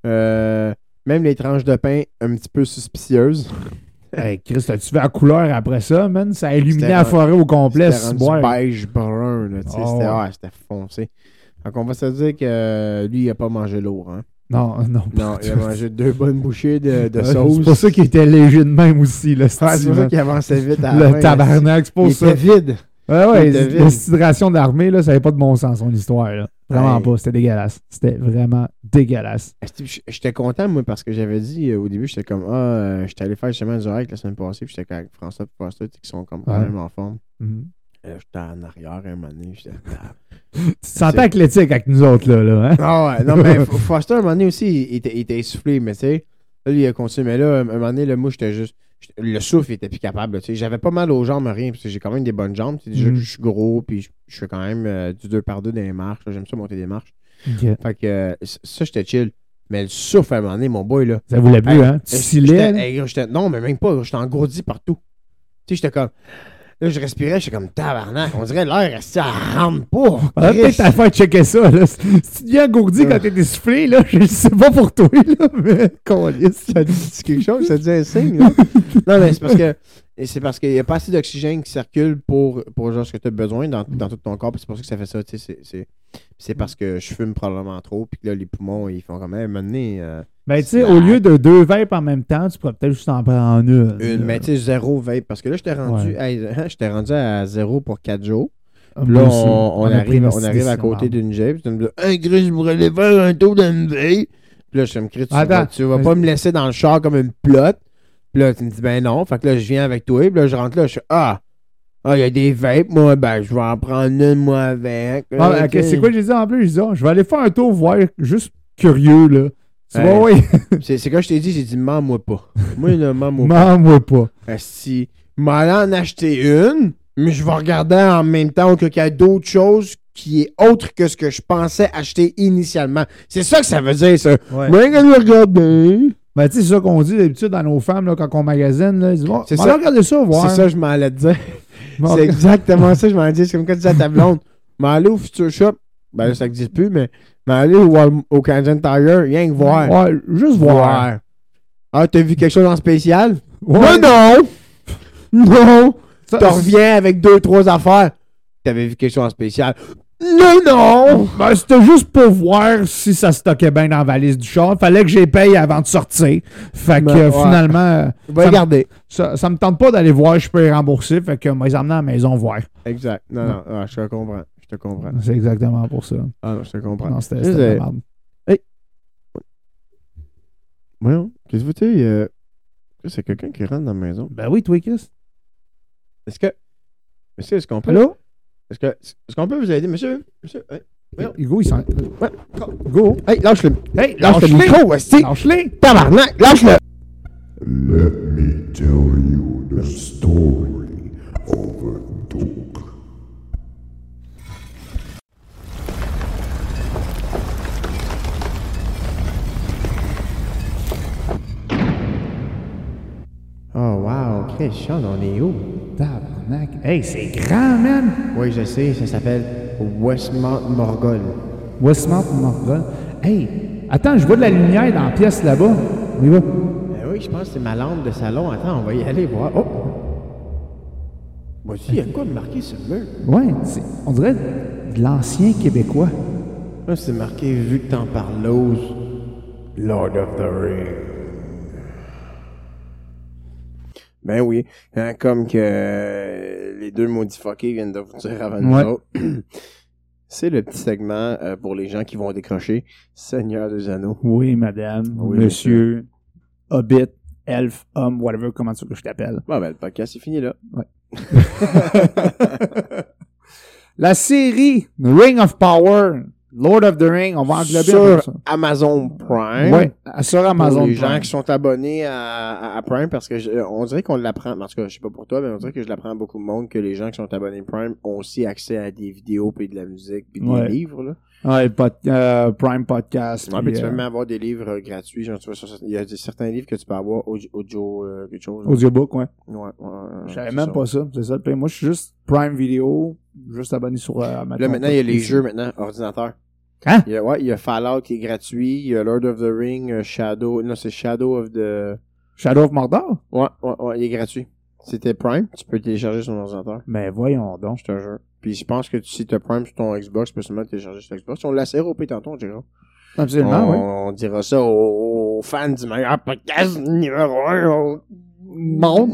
A: même les tranches de pain un petit peu suspicieuses.
B: Hey, Chris, tu fais la couleur après ça, man? Ça a illuminé
A: C'était
B: la forêt au complet.
A: C'était rendu beige brun, là, tu sais. C'était foncé. Donc, on va se dire que lui, il a pas mangé lourd, hein.
B: Non,
A: il a mangé 2 bonnes bouchées de sauce.
B: C'est pour ça qu'il était léger de même aussi, là.
A: C'est pour ça qu'il avançait vite à
B: le tabarnak, c'est pour ça.
A: Il était vide.
B: Ouais, la sidération d'armée, là, ça n'avait pas de bon sens, son histoire, là. Vraiment pas, c'était dégueulasse. C'était vraiment dégueulasse.
A: J'étais content, moi, parce que j'avais dit au début, j'étais comme, j'étais allé faire justement du règle la semaine passée, puis j'étais avec François et Foster, qui sont comme quand même en forme. J'étais en arrière un moment donné, j'étais...
B: Tu te sentais athlétique avec nous autres, là, hein?
A: Ah ouais, non, mais Foster, un moment donné aussi, il était essoufflé, mais tu sais, là, lui, il a continué, mais là, un moment donné, là, moi, j'étais juste... Le souffle, il était plus capable, tu sais. J'avais pas mal aux jambes, rien, parce que j'ai quand même des bonnes jambes, tu sais, déjà que je suis gros, puis je fais quand même du 2x2 dans les marches, j'aime ça monter des marches.
B: Okay.
A: Fait que ça, j'étais chill. Mais le souffle, à un moment donné, mon boy, là...
B: Ça voulait plus, hein? Tu scillais?
A: Non, mais même pas, j'étais engourdi partout. Tu sais, j'étais comme... Là, je respirais, j'étais comme tabarnak. On dirait l'air, ça rentre pas.
B: Peut-être à faire checker ça, là. Si tu deviens engourdi quand t'es essoufflé, là, je sais pas pour toi, là, mais câlisse.
A: Ça dit quelque chose, ça dit un signe, là. Non, mais c'est parce qu'il n'y a pas assez d'oxygène qui circule pour genre ce que tu as besoin dans tout ton corps, puis c'est pour ça que ça fait ça, tu sais. C'est parce que je fume probablement trop, puis là, les poumons, ils font quand même mener.
B: Ben, tu sais, au lieu de 2 vapes en même temps, tu pourrais peut-être juste en prendre une.
A: Mais tu sais, 0 vape. Parce que là, j'étais rendu à 0 pour 4 jours. Puis
B: Moi
A: là,
B: aussi.
A: on arrive à côté d'une vape. Tu me dis, hey, Chris, je pourrais aller faire un tour d'une vape. Puis là, je me crie, tu vas pas me laisser dans le char comme une plotte. Puis là, tu me dis, ben non. Fait que là, je viens avec toi. Puis là, je rentre là, je suis, il y a des vapes. Moi, ben, je vais en prendre une, moi, avec.
B: C'est quoi j'ai dit en plus? J'ai dit, je vais aller faire un tour, voir, juste curieux, là. Tu vois, oui.
A: C'est quand je t'ai dit, j'ai dit, mens-moi pas. Moi, là, mens-moi
B: pas. Mens-moi pas.
A: Si, m'allais en acheter une, mais je vais regarder en même temps qu'il y a d'autres choses qui est autre que ce que je pensais acheter initialement. C'est ça que ça veut dire, ça.
B: Ouais.
A: Mais quand je regarder.
B: Ben, tu sais, c'est ça qu'on dit d'habitude dans nos femmes, là, quand on magasine, là. Ils disent,
A: c'est ça.
B: Regardez ça, voir.
A: C'est ça, je m'en allais te dire. C'est exactement ça, je m'en allais dire. C'est comme quand tu dis à ta blonde, m'aller au Future Shop. Ben là, ça n'existe plus, mais aller au Canadian Tire, rien que voir.
B: Ouais, juste voir.
A: Ah, t'as vu quelque chose en spécial?
B: Ouais.
A: Non! Tu reviens avec 2-3 affaires. T'avais vu quelque chose en spécial? Non!
B: Ben, c'était juste pour voir si ça stockait bien dans la valise du char. Fallait que j'y paye avant de sortir. Fait que finalement...
A: regarder.
B: Ça me tente pas d'aller voir, je peux les rembourser. Fait que moi, les emmener à la maison voir.
A: Exact. Non, je te comprends.
B: C'est exactement pour ça.
A: Ah non, je te comprends.
B: Non, c'était de la merde.
A: Hey! Voyons, qu'est-ce que tu sais? C'est quelqu'un qui rentre dans la maison.
B: Ben oui, toi, Chris.
A: Est-ce qu'on peut...
B: Allô?
A: Est-ce qu'on peut vous aider, monsieur? Hey,
B: Hugo, il s'en...
A: Ouais.
B: Go.
A: Hey, lâche-le.
B: Hey,
A: lâche-le micro, esti.
B: Lâche-le.
A: Tabarnak, lâche-le.
C: Let me tell you the story of a dog.
A: Oh, wow. Chris, Sean, on est où?
B: Tabarnak. Hey, c'est grand, man.
A: Oui, je sais. Ça s'appelle Westmount Morgul.
B: Westmount Morgul. Hey, attends, je vois de la lumière dans la pièce là-bas. On y va.
A: Oui, je pense que c'est ma lampe de salon. Attends, on va y aller voir. Oh! Voici, il y a quoi de marqué sur le mur?
B: Ouais, on dirait de l'ancien québécois.
A: Là, c'est marqué « Vu que t'en parles, Lord of the Rings ». Ben oui, comme que les deux maudits fuckés viennent de vous dire avant nous autres. C'est le petit segment pour les gens qui vont décrocher Seigneur des Anneaux.
B: Oui, madame,
A: Oui,
B: monsieur, Hobbit, elfe, homme, whatever, comment tu veux que je t'appelle.
A: Bon, ben, le podcast est fini là.
B: La série Ring of Power, Lord of the Ring, on va englober un peu
A: Sur
B: ça.
A: Amazon Prime.
B: Ouais, sur Amazon
A: Pour les
B: Prime.
A: gens qui sont abonnés à Prime, parce que on dirait qu'on l'apprend, en tout cas, je sais pas pour toi, mais on dirait que je l'apprends à beaucoup de monde, que les gens qui sont abonnés Prime ont aussi accès à des vidéos, puis de la musique, puis des livres, là.
B: Ouais, Prime Podcast.
A: Ouais,
B: puis,
A: puis tu peux même avoir des livres gratuits, genre, tu vois, il y a certains livres que tu peux avoir audio, quelque chose.
B: Audiobook, ouais.
A: Ouais,
B: Je savais même pas ça, c'est ça. Puis moi, je suis juste Prime Video, juste abonné sur Amazon.
A: Là, maintenant, il y a les jeux, maintenant, ordinateur.
B: Hein?
A: Il y a Fallout qui est gratuit, il y a Lord of the Ring, Shadow of the...
B: Shadow of Mordor?
A: Ouais, il est gratuit. C'était Prime, tu peux le télécharger sur ton ordinateur.
B: Mais voyons donc.
A: Je te jure. Puis je pense que si tu as Prime sur ton Xbox, tu peux seulement télécharger sur Xbox. On l'a ROP tantôt, on dira.
B: Absolument, oui.
A: On dira ça aux fans du meilleur podcast numéro 1 au
B: Monde.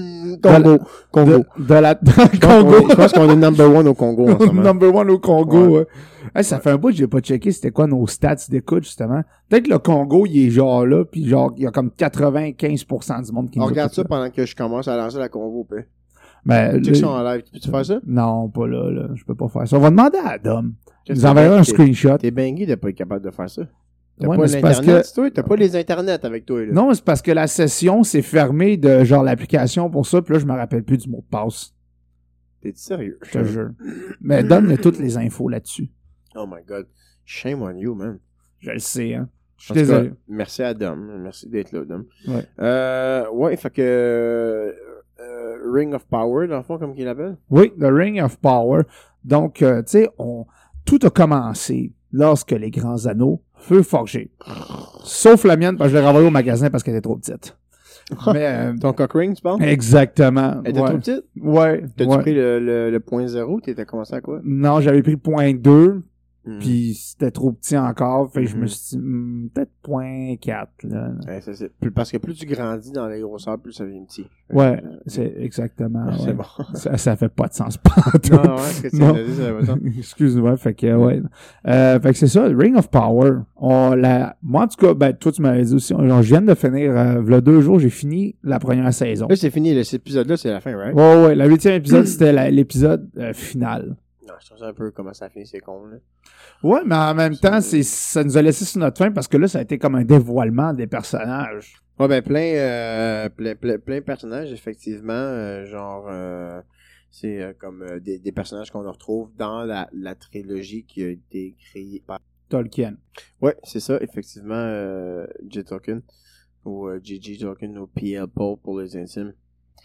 A: Congo.
B: De la
A: Je
B: Congo.
A: pense qu'on est number one au Congo en ce moment.
B: Number one au Congo,
A: Ouais.
B: ouais. Hey, ça fait un bout que j'ai pas checké c'était quoi nos stats d'écoute, justement. Peut-être que le Congo, il est genre là, puis genre, il y a comme 95% du monde qui nous
A: On regarde
B: écoute,
A: ça
B: là.
A: pendant que je commence à lancer la Congo, puis.
B: Ben,
A: Tu sais que ça en live, peux-tu faire ça?
B: non, pas là. Je peux pas faire ça. On va demander à Adam. Il nous
A: T'es
B: enverra un
A: bien-
B: screenshot.
A: T'es bien gay de pas être capable de faire ça. T'as
B: Ouais,
A: pas
B: mais c'est parce
A: l'internet,
B: que-
A: toi? T'as pas les internets avec toi, là.
B: Non, mais c'est parce que la session s'est fermée de genre l'application pour ça, puis là, je me rappelle plus du mot de passe.
A: T'es sérieux?
B: Je te jure. Mais donne toutes les infos là-dessus.
A: Oh my god. Shame on you, man.
B: Je le sais, hein. Je suis
A: En tout cas,
B: désolé.
A: merci à Dom. Merci d'être là, Dom.
B: Ouais.
A: Ouais, fait que Ring of Power, dans le fond, comme qu'il l'appelle.
B: Oui, The Ring of Power. Donc, tu sais, tout a commencé lorsque les grands anneaux furent forgés. Sauf la mienne, parce que je l'ai renvoyée au magasin parce qu'elle était trop petite. Mais,
A: Ton cock ring, tu penses?
B: exactement.
A: Elle était
B: ouais.
A: trop petite?
B: Ouais.
A: T'as-tu
B: ouais.
A: pris le point 0? T'étais commencé à quoi?
B: Non, j'avais pris point 2,
A: Hmm.
B: puis c'était trop petit encore. Fait que je me
A: Mhm.
B: suis dit, peut-être point 4, là.
A: Ouais, c'est parce que plus tu grandis dans les grosseurs, plus ça devient petit.
B: Ouais, c'est exactement.
A: C'est
B: ouais.
A: bon.
B: Ça fait pas de sens partout.
A: Non, ouais, ce que tu
B: Non.
A: as dit, ça va pas.
B: Excuse-moi, fait que, ouais. Fait que c'est ça, Ring of Power. Moi, en tout cas, ben, toi, tu m'avais dit aussi, genre, je viens de finir, v'là 2 jours, j'ai fini la première saison.
A: Là, c'est fini. Cet épisode-là, c'est la fin, right?
B: Ouais, le 8e épisode, c'était l'épisode final.
A: Non, je trouve ça un peu comment ça finit, c'est con, là.
B: Ouais, mais en même temps, ça nous a laissé sur notre fin parce que là, ça a été comme un dévoilement des personnages.
A: Ouais, ben, plein de personnages, effectivement, c'est comme des personnages qu'on retrouve dans la trilogie qui a été créée par...
B: Tolkien.
A: Ouais, c'est ça, effectivement, J. Tolkien, ou J.J. Tolkien, ou P.L. Paul pour les intimes.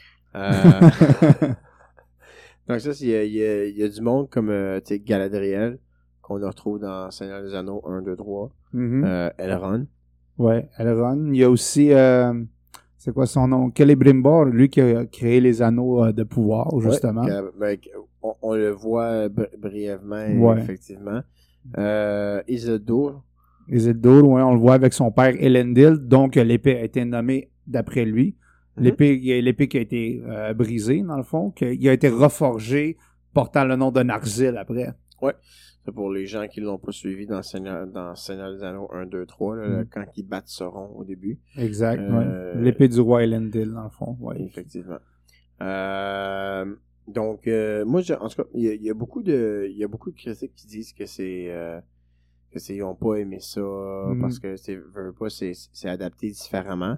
A: Donc ça, il y a du monde comme, tu sais, Galadriel, qu'on retrouve dans Seigneur des Anneaux 1, 2, 3, Elrond.
B: Ouais, Elrond. Il y a aussi, c'est quoi son nom? Celebrimbor, lui qui a créé les anneaux de pouvoir, justement.
A: Ouais, on le voit brièvement,
B: Ouais.
A: effectivement. Isildur.
B: Isildur, ouais, on le voit avec son père Elendil, donc l'épée a été nommée d'après lui. L'épée qui a été brisée, dans le fond, qui a été reforgée, portant le nom de Narsil après.
A: Ouais. C'est pour les gens qui l'ont pas suivi dans Seigneur des Anneaux 1, 2, 3, là, quand ils battent Sauron au début.
B: Exact, ouais. L'épée du roi Elendil, dans le fond, ouais.
A: Effectivement. Donc, moi, en tout cas, il y a beaucoup de critiques qui disent que ils ont pas aimé ça parce que c'est adapté différemment.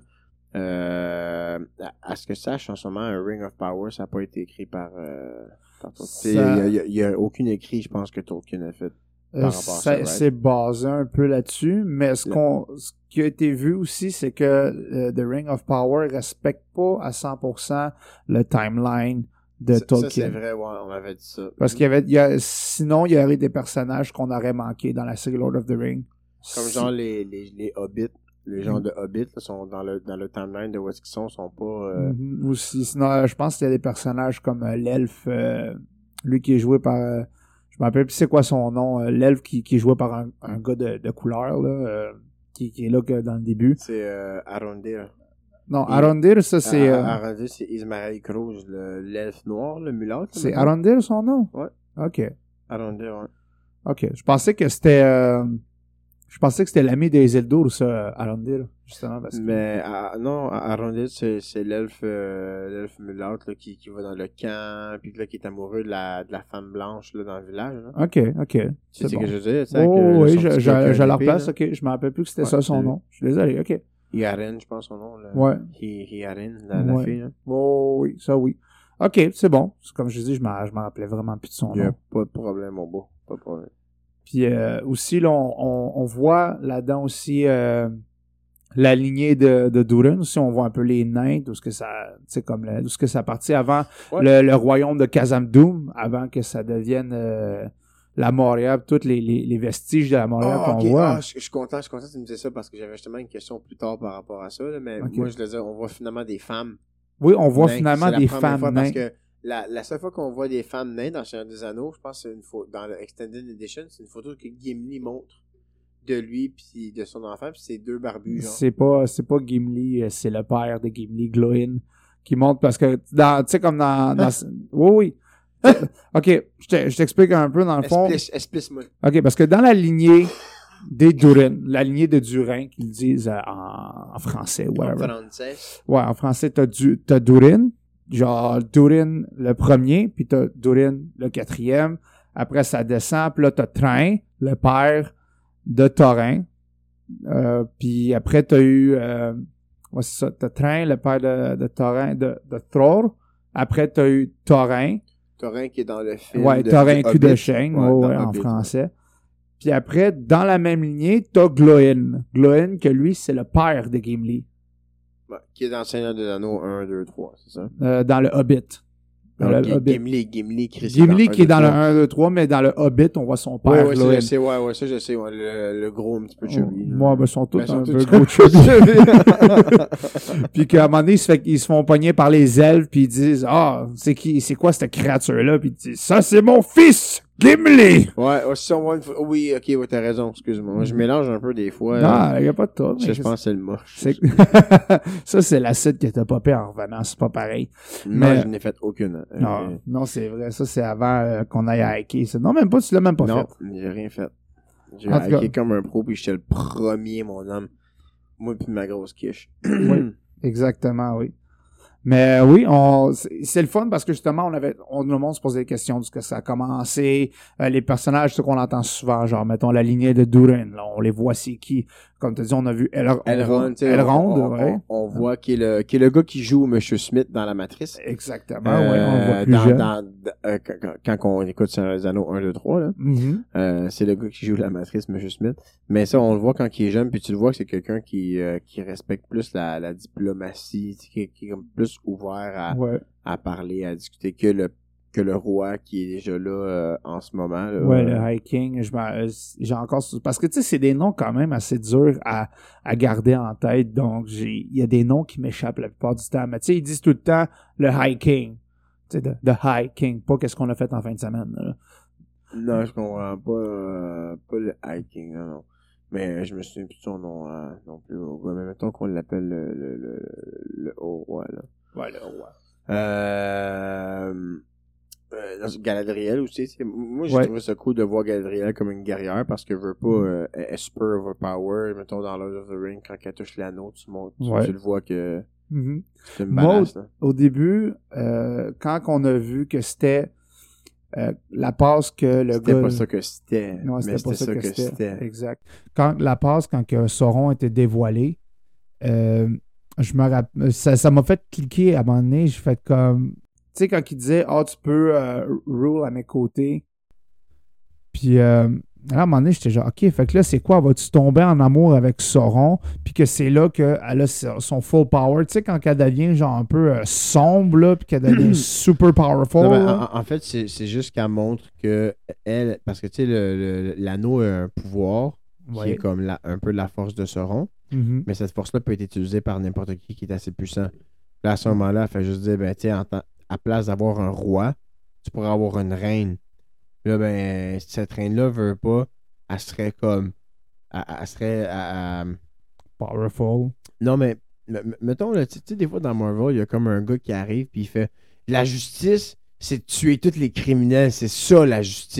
A: À ce que je sache, en ce moment, un Ring of Power, ça n'a pas été écrit par Tolkien. Il y a aucune écrit, je pense, que Tolkien a fait. Par rapport à ça, right?
B: C'est basé un peu là-dessus, mais ce qui a été vu aussi, c'est que The Ring of Power respecte pas à 100% le timeline de Tolkien.
A: Ça, c'est vrai, ouais, on m'avait dit ça.
B: Parce sinon, il y aurait des personnages qu'on aurait manqués dans la série Lord of the Ring.
A: Comme genre les Hobbits. Les gens de Hobbit là, sont dans le timeline de où est-ce qu'ils sont pas...
B: Aussi, sinon, je pense qu'il y a des personnages comme l'elfe, lui qui est joué par... je me rappelle plus c'est quoi son nom. L'elfe qui est joué par un gars de couleur, là, qui est là que dans le début.
A: C'est Arondir.
B: Non, Arondir, ça c'est...
A: Arondir, c'est Ismael Cruz, l'elfe noir, le mulâtre.
B: C'est Arondir son nom?
A: Ouais.
B: OK.
A: Arondir, ouais.
B: OK. Je pensais que c'était... Je pensais que c'était l'ami des Isildur, ça, Arondir, justement. Parce que...
A: Mais non, Arondel, c'est l'elfe mulâtre là, qui va dans le camp, puis là, qui est amoureux de la femme blanche là, dans le village. Là.
B: OK.
A: Tu sais ce
B: bon.
A: que je veux dire?
B: Oh, oui,
A: son petit
B: je
A: gars
B: la
A: épée,
B: replace,
A: là.
B: OK. Je me rappelle plus que c'était
A: Ouais,
B: ça son
A: c'est-
B: nom. Je suis désolé, OK.
A: Yaren, je pense son nom. Là.
B: Ouais.
A: Yaren, la
B: Ouais.
A: fille. Là.
B: Oh, oui, ça, oui. OK, c'est bon. C'est comme je dis, je me rappelais vraiment plus de son
A: Il n'y a
B: nom.
A: pas de problème, mon beau. Pas de problème.
B: Puis aussi, là, on voit là-dedans aussi la lignée de Durin. Aussi, on voit un peu les nains, d'où ce que ça, tu sais, comme d'où ce que ça partit avant
A: Ouais.
B: le royaume de Khazad-dûm, avant que ça devienne la Moria, tous les vestiges de la Moria qu'on
A: ok.
B: voit.
A: Je suis content que tu me dises ça parce que j'avais justement une question plus tard par rapport à ça. Là, mais
B: Ok.
A: moi, je le disais, on voit finalement des femmes.
B: Oui, on voit
A: nains.
B: finalement
A: C'est la
B: des
A: première
B: femmes
A: fois
B: nains.
A: Parce que la seule fois qu'on voit des femmes nains dans Seigneur des Anneaux, je pense que c'est une photo dans l'Extended Edition, c'est une photo que Gimli montre de lui puis de son enfant, puis c'est deux barbus, genre.
B: C'est pas Gimli, c'est le père de Gimli, Glóin, qui monte parce que tu sais comme dans oui. OK, je t'explique un peu dans le fond.
A: Explique-moi.
B: OK, parce que dans la lignée des Durin, la lignée de Durin qu'ils disent en français,
A: En
B: whatever.
A: français.
B: Ouais, en français t'as Durin, genre Durin le premier, puis t'as Durin le quatrième. Après ça descend, puis là t'as Train, le père de Thorin. Puis après t'as eu ouais, c'est ça, t'as Train, le père de Thorin, de Thror. Après t'as eu Thorin.
A: Thorin qui est dans le film.
B: Ouais, Thorin
A: de
B: cul de
A: Hobbit.
B: chêne,
A: Ouais,
B: ouais,
A: dans
B: en
A: Hobbit,
B: français. Puis après, dans la même lignée, t'as Glóin. Glóin, que lui, c'est le père de Gimli.
A: Ouais, qui est dans Seigneur des Anneaux 1, 2, 3, c'est ça?
B: Dans le Hobbit. Dans
A: Non,
B: le Hobbit.
A: Gimli, Chris,
B: Gimli qui est dans le
A: 1,
B: 1, 2, 3, mais dans le Hobbit, on voit son père,
A: Ouais,
B: Glóin.
A: ça, je sais, ouais, ça, je sais, ouais, le gros, un petit peu chubby. là.
B: Moi, ben, ils sont tous
A: Ben, ils sont
B: un
A: tous
B: peu gros chubby. Puis qu'à un moment donné, ils se font pogner par les elfes, puis ils disent, c'est quoi cette créature-là? Puis ils disent, ça, c'est mon fils, Gimli!
A: Ouais, si on voit une fois. Oui, ok, ouais, t'as raison, excuse-moi. Moi, je mélange un peu des fois.
B: Non, il n'y a pas de toi.
A: Je pense que c'est le moche.
B: Ça, c'est l'acide que t'as popé en revenant, c'est pas pareil.
A: Non,
B: mais-
A: je n'ai fait aucune.
B: Non, c'est vrai. Ça, c'est avant qu'on aille à hacker. Non, même pas, tu l'as même pas
A: Non,
B: fait.
A: j'ai rien fait. J'ai
B: En tout
A: hacké
B: cas.
A: comme un pro, puis j'étais le premier, mon homme. Moi, puis ma grosse quiche.
B: Oui. Exactement, oui. Mais oui, c'est le fun parce que justement, le monde se posait des questions de ce que ça a commencé. Les personnages, ceux qu'on entend souvent, genre, mettons, la lignée de Durin, là, on les voit, c'est qui. Comme tu as dit, on a vu
A: Elrond, tu sais,
B: Elrond, ouais.
A: on voit qui est le gars qui joue M. Smith dans la Matrice.
B: Exactement, ouais, on le voit plus jeune.
A: Quand on écoute Seigneur des Anneaux 1, 2, 3, là.
B: Mhm.
A: C'est le gars qui joue la Matrice, M. Smith. Mais ça, on le voit quand il est jeune, puis tu le vois que c'est quelqu'un qui respecte plus la diplomatie, qui est comme plus ouvert
B: Ouais.
A: à parler, à discuter que le roi qui est déjà là en ce moment. Là,
B: Ouais, le High King, j'ai encore... Parce que, tu sais, c'est des noms quand même assez durs à garder en tête, donc il y a des noms qui m'échappent la plupart du temps. Mais tu sais, ils disent tout le temps le High King. Tu sais, the High King, pas qu'est-ce qu'on a fait en fin de semaine. Là.
A: Non, je comprends pas le hiking, non. Mais je me souviens plus de son nom non plus. Mais mettons qu'on l'appelle le haut roi, là.
B: Ouais, le roi.
A: Dans Galadriel aussi, moi j'ai
B: Ouais.
A: trouvé ça cool de voir Galadriel comme une guerrière parce que je veux pas elle est super overpower, mettons dans Lord of the Rings quand elle touche l'anneau, tu
B: Ouais.
A: le vois que
B: Mhm.
A: c'est une
B: Moi,
A: badass, là.
B: Au début, quand on a vu que c'était la passe que le
A: C'était
B: gars...
A: pas ça que c'était,
B: Non,
A: mais
B: c'était pas ça que c'était.
A: c'était.
B: Exact. Quand que Sauron était dévoilé, je me rappelle, ça m'a fait cliquer à un moment donné. J'ai fait comme... Tu sais, quand il disait « Ah, tu peux rule à mes côtés. » Puis là, à un moment donné, j'étais genre « OK, fait que là, c'est quoi? Vas-tu tomber en amour avec Sauron? » Puis que c'est là qu'elle a son full power. Tu sais, quand elle devient genre un peu sombre, là, puis qu'elle devient super powerful.
A: Non, ben,
B: là.
A: en fait, c'est juste qu'elle montre que elle, parce que tu sais, l'anneau a un pouvoir qui
B: Ouais.
A: est comme un peu la force de Sauron,
B: Mhm.
A: mais cette force-là peut être utilisée par n'importe qui est assez puissant. Là, à ce moment-là, elle fait juste dire, ben, tu sais, à place d'avoir un roi, tu pourrais avoir une reine. Là, ben, cette reine-là veut pas, elle serait comme, elle serait,
B: Powerful.
A: non, mais, mettons, là, tu sais, des fois, dans Marvel, il y a comme un gars qui arrive, puis il fait, la justice, c'est de tuer tous les criminels, c'est ça, la justice.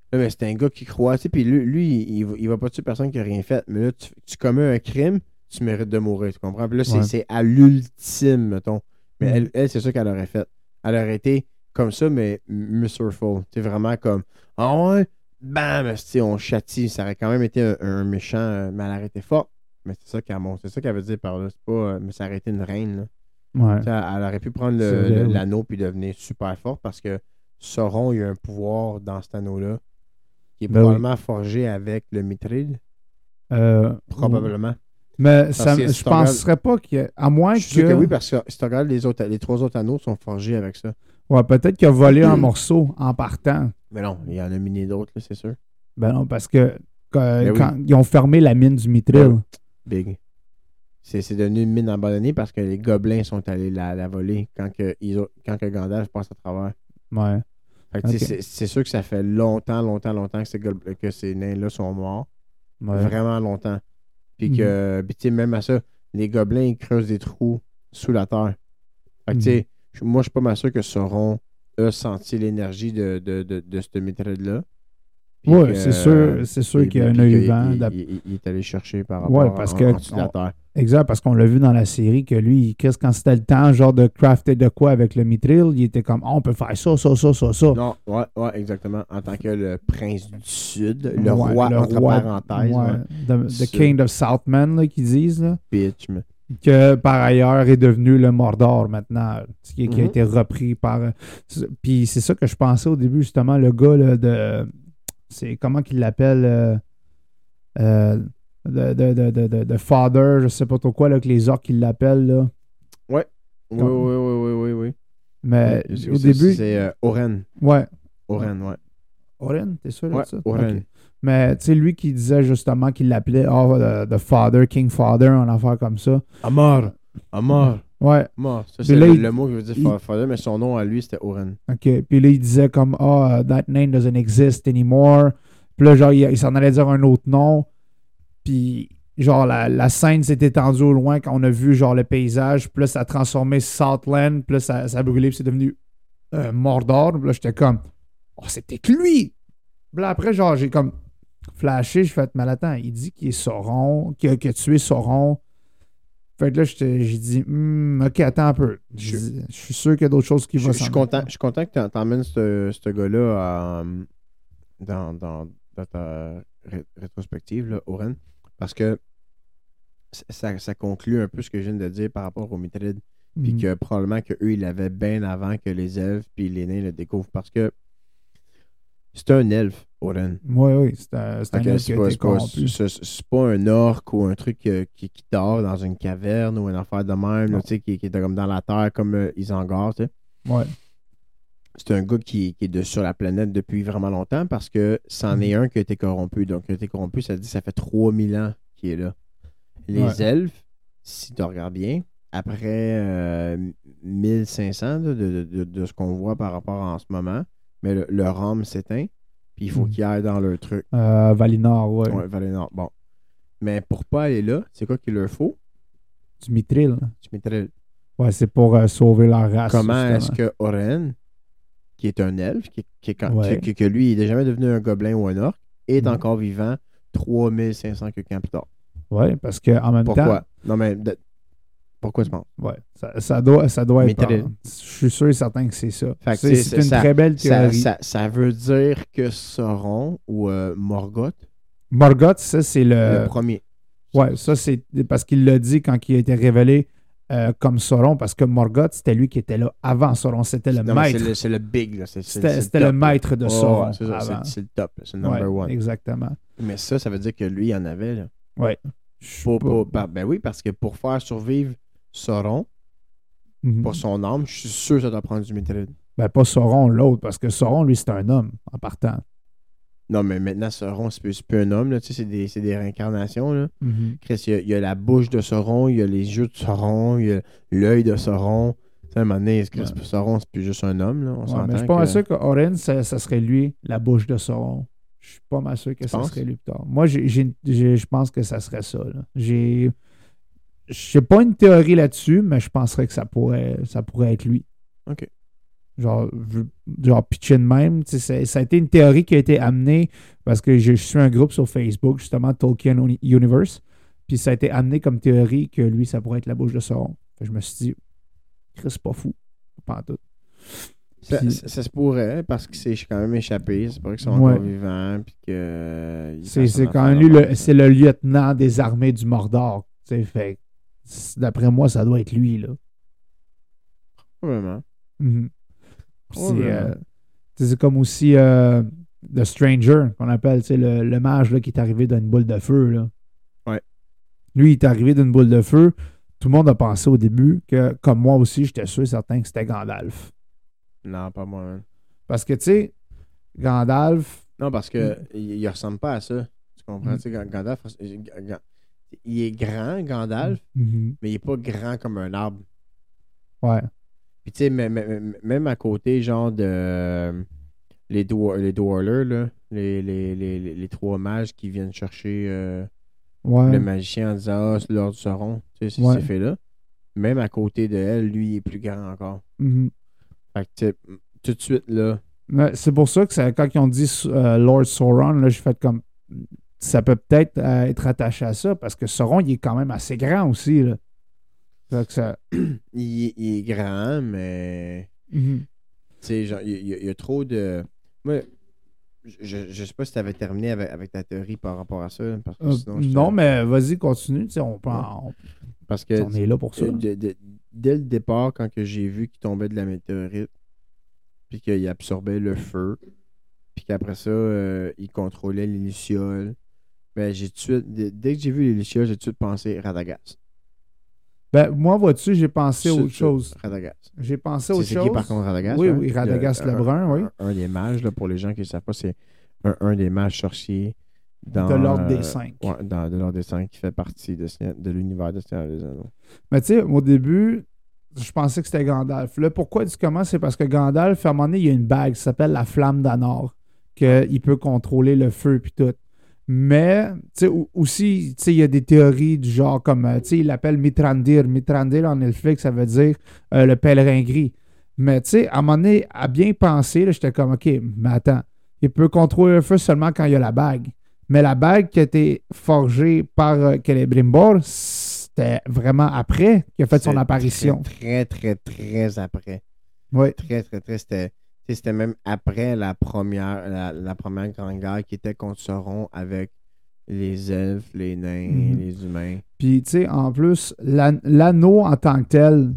A: Là, mais c'est un gars qui croit, tu sais, puis lui il va pas tuer personne qui a rien fait. Mais là, tu commets un crime, tu mérites de mourir, tu comprends? Puis là,
B: Ouais.
A: c'est à l'ultime, mettons. Mais
B: Mhm.
A: elle c'est ça qu'elle aurait fait. Elle aurait été comme ça, mais miserful. Tu sais, vraiment comme, ah ouais, bam, esti, on châtie. Ça aurait quand même été un méchant, mais elle aurait été forte. Mais c'est ça qu'elle veut dire par là. C'est pas, mais ça aurait été une reine, là.
B: Ouais.
A: Tu sais, elle aurait pu prendre
B: C'est vrai, oui.
A: l'anneau puis devenir super forte parce que Sauron, il y a un pouvoir dans cet anneau-là qui est
B: Ben oui.
A: probablement forgé avec le mithril. Probablement.
B: Mais ça,
A: que si
B: je
A: tu regardes-
B: penserais pas que. À moins
A: Je suis sûr que
B: que.
A: oui, parce que si tu regardes les 3 autres anneaux sont forgés avec ça.
B: Ouais, peut-être qu'il a volé un morceau en partant.
A: Mais non, il y en a miné d'autres, là, c'est sûr.
B: Ben non, parce que
A: Ben
B: quand ils ont fermé la mine du mithril.
A: Ben Big. C'est devenu une mine abandonnée parce que les gobelins sont allés la voler quand que Gandalf passe à travers.
B: Ouais.
A: Fait que, tu sais,
B: Ok.
A: c'est sûr que ça fait longtemps que ces nains-là sont morts.
B: Ouais.
A: Vraiment longtemps. Puis que, puis tu sais, même à ça, les gobelins, ils creusent des trous sous la terre. Fait que, tu sais, moi, je suis pas mal sûr que Sauron a senti l'énergie de ce mithril-là. Puis
B: Oui,
A: que,
B: c'est sûr qu'il y a un
A: puis
B: œil
A: qu'il-
B: vent.
A: il est allé chercher par rapport
B: Ouais, parce que
A: en dessous de la terre.
B: exact, parce qu'on l'a vu dans la série que lui, quand c'était le temps, genre de crafter de quoi avec le mithril, il était comme, on peut faire ça.
A: Non, ouais, exactement. En tant que le prince du Sud, le
B: Ouais,
A: roi, entre parenthèses,
B: ouais, the
A: Sud.
B: King of Southman, là, qu'ils disent, là,
A: bitch. Mais...
B: que par ailleurs est devenu le Mordor maintenant, qui a
A: Mhm.
B: été repris par. Puis c'est ça que je pensais au début, justement, le gars là, de. C'est comment qu'il l'appelle de Father, je sais pas trop quoi, là, que les orques ils l'appellent, là.
A: Oui.
B: Mais
A: Ouais,
B: au début.
A: C'est Oren.
B: Ouais.
A: Oren, ouais.
B: Oren, t'es sûr de
A: Ouais,
B: ça?
A: Oren.
B: Ok. Mais tu sais, lui qui disait justement qu'il l'appelait the Father, King Father, une affaire comme ça.
A: Amor.
B: Ouais.
A: Ça, c'est
B: là,
A: le mot que veut dire
B: il-
A: father, mais son nom à lui, c'était Oren.
B: OK. Puis là, il disait comme, that name doesn't exist anymore. Puis là, genre, il s'en allait dire un autre nom. Puis, genre, la scène s'est étendue au loin quand on a vu, genre, le paysage. Puis là, ça a transformé Southland. Puis là, ça a brûlé. Puis c'est devenu Mordor. Puis là, j'étais comme, oh, c'est peut-être lui. Puis là, après, genre, j'ai comme flashé. Je fais, mais attends, il dit qu'il est Sauron, qu'il a tué Sauron. Fait que là, j'ai dit, OK, attends un peu. Je suis sûr qu'il y a d'autres choses qui vont
A: Je suis content que tu emmènes ce gars-là dans ta rétrospective, là, Oren, parce que ça conclut un peu ce que je viens de dire par rapport au mithril. Puis que probablement qu'eux, ils l'avaient bien avant que les elfes puis les nains le découvrent. Parce que c'est un elfe, Oren.
B: Oui, c'est un elfe qui a été corrompu.
A: C'est pas un orc ou un truc qui dort dans une caverne ou une affaire de même, là, tu sais, qui est comme dans la terre comme Isengard, tu sais.
B: Ouais.
A: C'est un gars qui est sur la planète depuis vraiment longtemps parce que c'en est un qui a été corrompu. Donc, qui a été corrompu, ça dit ça fait 3000 ans qu'il est là. Les elfes, si tu regardes bien, après 1500 de ce qu'on voit par rapport en ce moment, mais leur âme s'éteint, puis il faut qu'ils aillent dans leur truc.
B: Valinor, ouais.
A: Ouais, Valinor, bon. Mais pour pas aller là, c'est quoi qu'il leur faut?
B: Du mithril.
A: Du mithril.
B: Ouais, c'est pour sauver leur race.
A: Comment
B: justement.
A: est-ce que Oren, qui est un elfe, que lui, il n'est jamais devenu un gobelin ou un orc, est encore vivant 3500 ans plus tard?
B: Ouais, parce qu'en même temps.
A: Pourquoi? Non, mais pourquoi tu penses?
B: Ouais, ça doit être.
A: Mithril.
B: Je suis sûr et certain que c'est ça.
A: Fait que
B: C'est une très belle théorie.
A: Ça veut dire que Sauron ou Morgoth,
B: Morgoth, ça, c'est
A: le premier.
B: Ouais, ça, c'est parce qu'il l'a dit quand il a été révélé comme Sauron, parce que Morgoth, c'était lui qui était là avant Sauron. C'était le maître.
A: C'est le big. Là.
B: C'était le maître de Sauron.
A: C'est ça,
B: avant.
A: c'est le top. C'est le number one.
B: Exactement.
A: Mais ça veut dire que lui, il en avait. Là.
B: Ouais.
A: Ben oui, parce que pour faire survivre Sauron, pour son âme, je suis sûr que ça doit prendre du mithril.
B: Ben, pas Sauron, l'autre, parce que Sauron, lui, c'est un homme, en partant.
A: Non, mais maintenant, Sauron, c'est plus un homme, là. Tu sais, c'est des réincarnations, là.
B: Mm-hmm.
A: Chris, il y a la bouche de Sauron, il y a les yeux de Sauron, il y a l'œil de Sauron. Tu sais, à un moment donné, Sauron, c'est plus juste un homme, là. On s'entend.
B: Mais je suis pas mal sûr que Oren, ça serait lui, la bouche de Sauron. Je suis pas mal sûr que ça serait lui plus tard. Moi, je pense que ça serait ça, là. Je n'ai pas une théorie là-dessus, mais je penserais que ça pourrait être lui.
A: OK.
B: genre pitché de même. Ça a été une théorie qui a été amenée parce que je suis un groupe sur Facebook, justement, Tolkien Universe. Puis ça a été amené comme théorie que lui, ça pourrait être la bouche de Sauron. Je me suis dit, Chris, c'est pas fou. Pas en tout.
A: Ça se pourrait, parce qu'il s'est quand même échappé. C'est pas qu'ils sont encore vivants. Puis que,
B: c'est quand même lui, c'est le lieutenant des armées du Mordor. Fait, d'après moi, ça doit être lui, là.
A: Probablement.
B: Mm-hmm. C'est comme aussi The Stranger, qu'on appelle, le mage là, qui est arrivé d'une boule de feu. Là.
A: Ouais.
B: Lui, il est arrivé d'une boule de feu. Tout le monde a pensé au début que, comme moi aussi, j'étais sûr et certain que c'était Gandalf.
A: Non, pas moi. Hein.
B: Parce que, tu sais, Gandalf...
A: Non, parce que il ressemble pas à ça. Tu comprends? Tu sais, Gandalf, il est grand, Gandalf, mais il est pas grand comme un arbre.
B: Ouais.
A: Puis, tu sais, même à côté, genre de... les Dwarlers, là, les trois mages qui viennent chercher le magicien en disant « Ah, c'est Lord Sauron », tu sais, c'est fait là. Même à côté de elle, lui, il est plus grand encore. Fait que, tu sais, tout de suite, là...
B: C'est pour ça que quand ils ont dit Lord Sauron, là, j'ai fait comme... Ça peut peut-être être attaché à ça, parce que Sauron, il est quand même assez grand aussi, là. Que ça...
A: il est grand, mais... Tu sais, genre, il y a trop de... Moi, je sais pas si tu avais terminé avec ta théorie par rapport à ça. Parce que sinon,
B: non, mais vas-y, continue.
A: Parce que
B: on est là pour ça.
A: Dès le départ, quand que j'ai vu qu'il tombait de la météorite, puis qu'il absorbait le feu, puis qu'après ça, il contrôlait les lucioles, ben, dès que j'ai vu les lucioles, j'ai tout de suite pensé Radagast.
B: Ben, moi, vois-tu, j'ai pensé à autre chose.
A: Radagast.
B: J'ai pensé à autre chose.
A: C'est qui, par contre, Radagast?
B: Oui, oui, Radagast le Brun, oui.
A: Un des mages, là, pour les gens qui ne savent pas, c'est un des mages sorciers
B: de l'Ordre des Cinq.
A: Ouais, de l'Ordre des Cinq, qui fait partie de l'univers de Seigneur des Anneaux.
B: Mais tu sais, au début, je pensais que c'était Gandalf. Là, pourquoi du comment? C'est parce que Gandalf, à un moment donné, il y a une bague qui s'appelle la Flamme d'Anor, qu'il peut contrôler le feu puis tout. Mais, tu sais, aussi, tu sais, il y a des théories du genre comme, tu sais, il l'appelle Mitrandir. Mitrandir, en elfique, ça veut dire le pèlerin gris. Mais, tu sais, à un moment donné, à bien penser, là, j'étais comme, OK, mais attends, il peut contrôler le feu seulement quand il y a la bague. Mais la bague qui a été forgée par Celebrimbor, c'était vraiment après qu'il a fait son apparition.
A: Très, très, très après.
B: Oui.
A: Très, très, très. C'était même après la première grande guerre qui était contre Sauron avec les elfes, les nains, les humains.
B: Puis, tu sais, en plus, l'anneau en tant que tel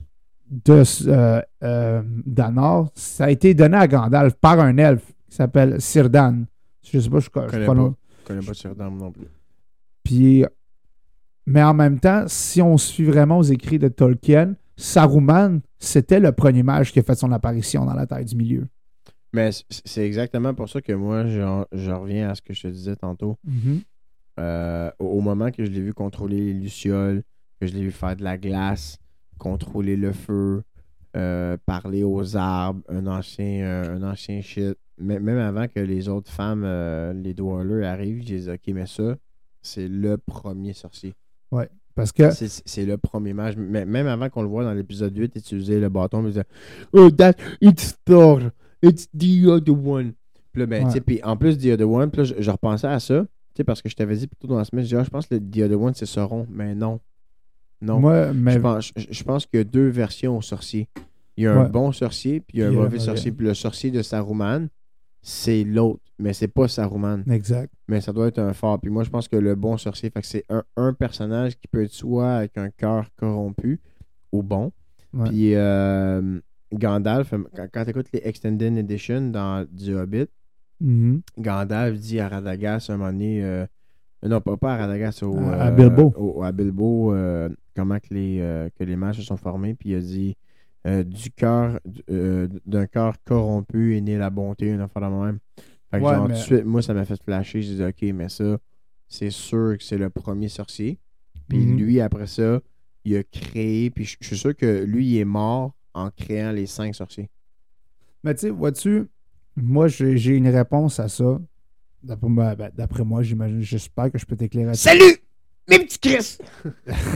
B: d'Anor, ça a été donné à Gandalf par un elfe qui s'appelle Círdan. Je sais pas, je connais
A: pas Círdan non plus.
B: Puis, mais en même temps, si on suit vraiment aux écrits de Tolkien, Saruman, c'était le premier mage qui a fait son apparition dans la Terre du Milieu.
A: Mais c'est exactement pour ça que moi, je reviens à ce que je te disais tantôt. Au moment que je l'ai vu contrôler les lucioles, que je l'ai vu faire de la glace, contrôler le feu, parler aux arbres, un ancien shit. Même avant que les autres femmes, les Dwarlers arrivent, j'ai dit OK, mais ça, c'est le premier sorcier.
B: Ouais. Parce que
A: c'est le premier mage. Même avant qu'on le voit dans l'épisode 8, utiliser le bâton, il disait Oh, it's Thor. It's the other one. Puis là, ben, tu sais, puis en plus, the other one, puis là, je repensais à ça, tu sais, parce que je t'avais dit plus tôt dans la semaine, je pense que le the other one, c'est Sauron, mais non. Non.
B: Moi, mais...
A: Je pense qu'il y a deux versions au sorcier. Il y a un bon sorcier, puis il y a un mauvais sorcier. Puis le sorcier de Saruman, c'est l'autre, mais c'est pas Saruman.
B: Exact.
A: Mais ça doit être un fort. Puis moi, je pense que le bon sorcier, fait que c'est un personnage qui peut être soit avec un cœur corrompu ou bon. Ouais. Puis Gandalf, quand tu écoutes les Extended Edition dans du Hobbit, Gandalf dit à Radagast un moment donné, non, pas à Radagast,
B: à Bilbo.
A: À Bilbo, comment que les mages se sont formés, puis il a dit d'un cœur corrompu est née la bonté, une affaire de même. Fait que genre, tout de suite, moi, ça m'a fait flasher, j'ai dit, OK, mais ça, c'est sûr que c'est le premier sorcier. Puis lui, après ça, il a créé, puis je suis sûr que lui, il est mort en créant les 5 sorciers.
B: Mais tu sais, vois-tu, moi, j'ai une réponse à ça. D'après moi, j'espère que je peux t'éclairer.
A: Salut, mes petits Chris!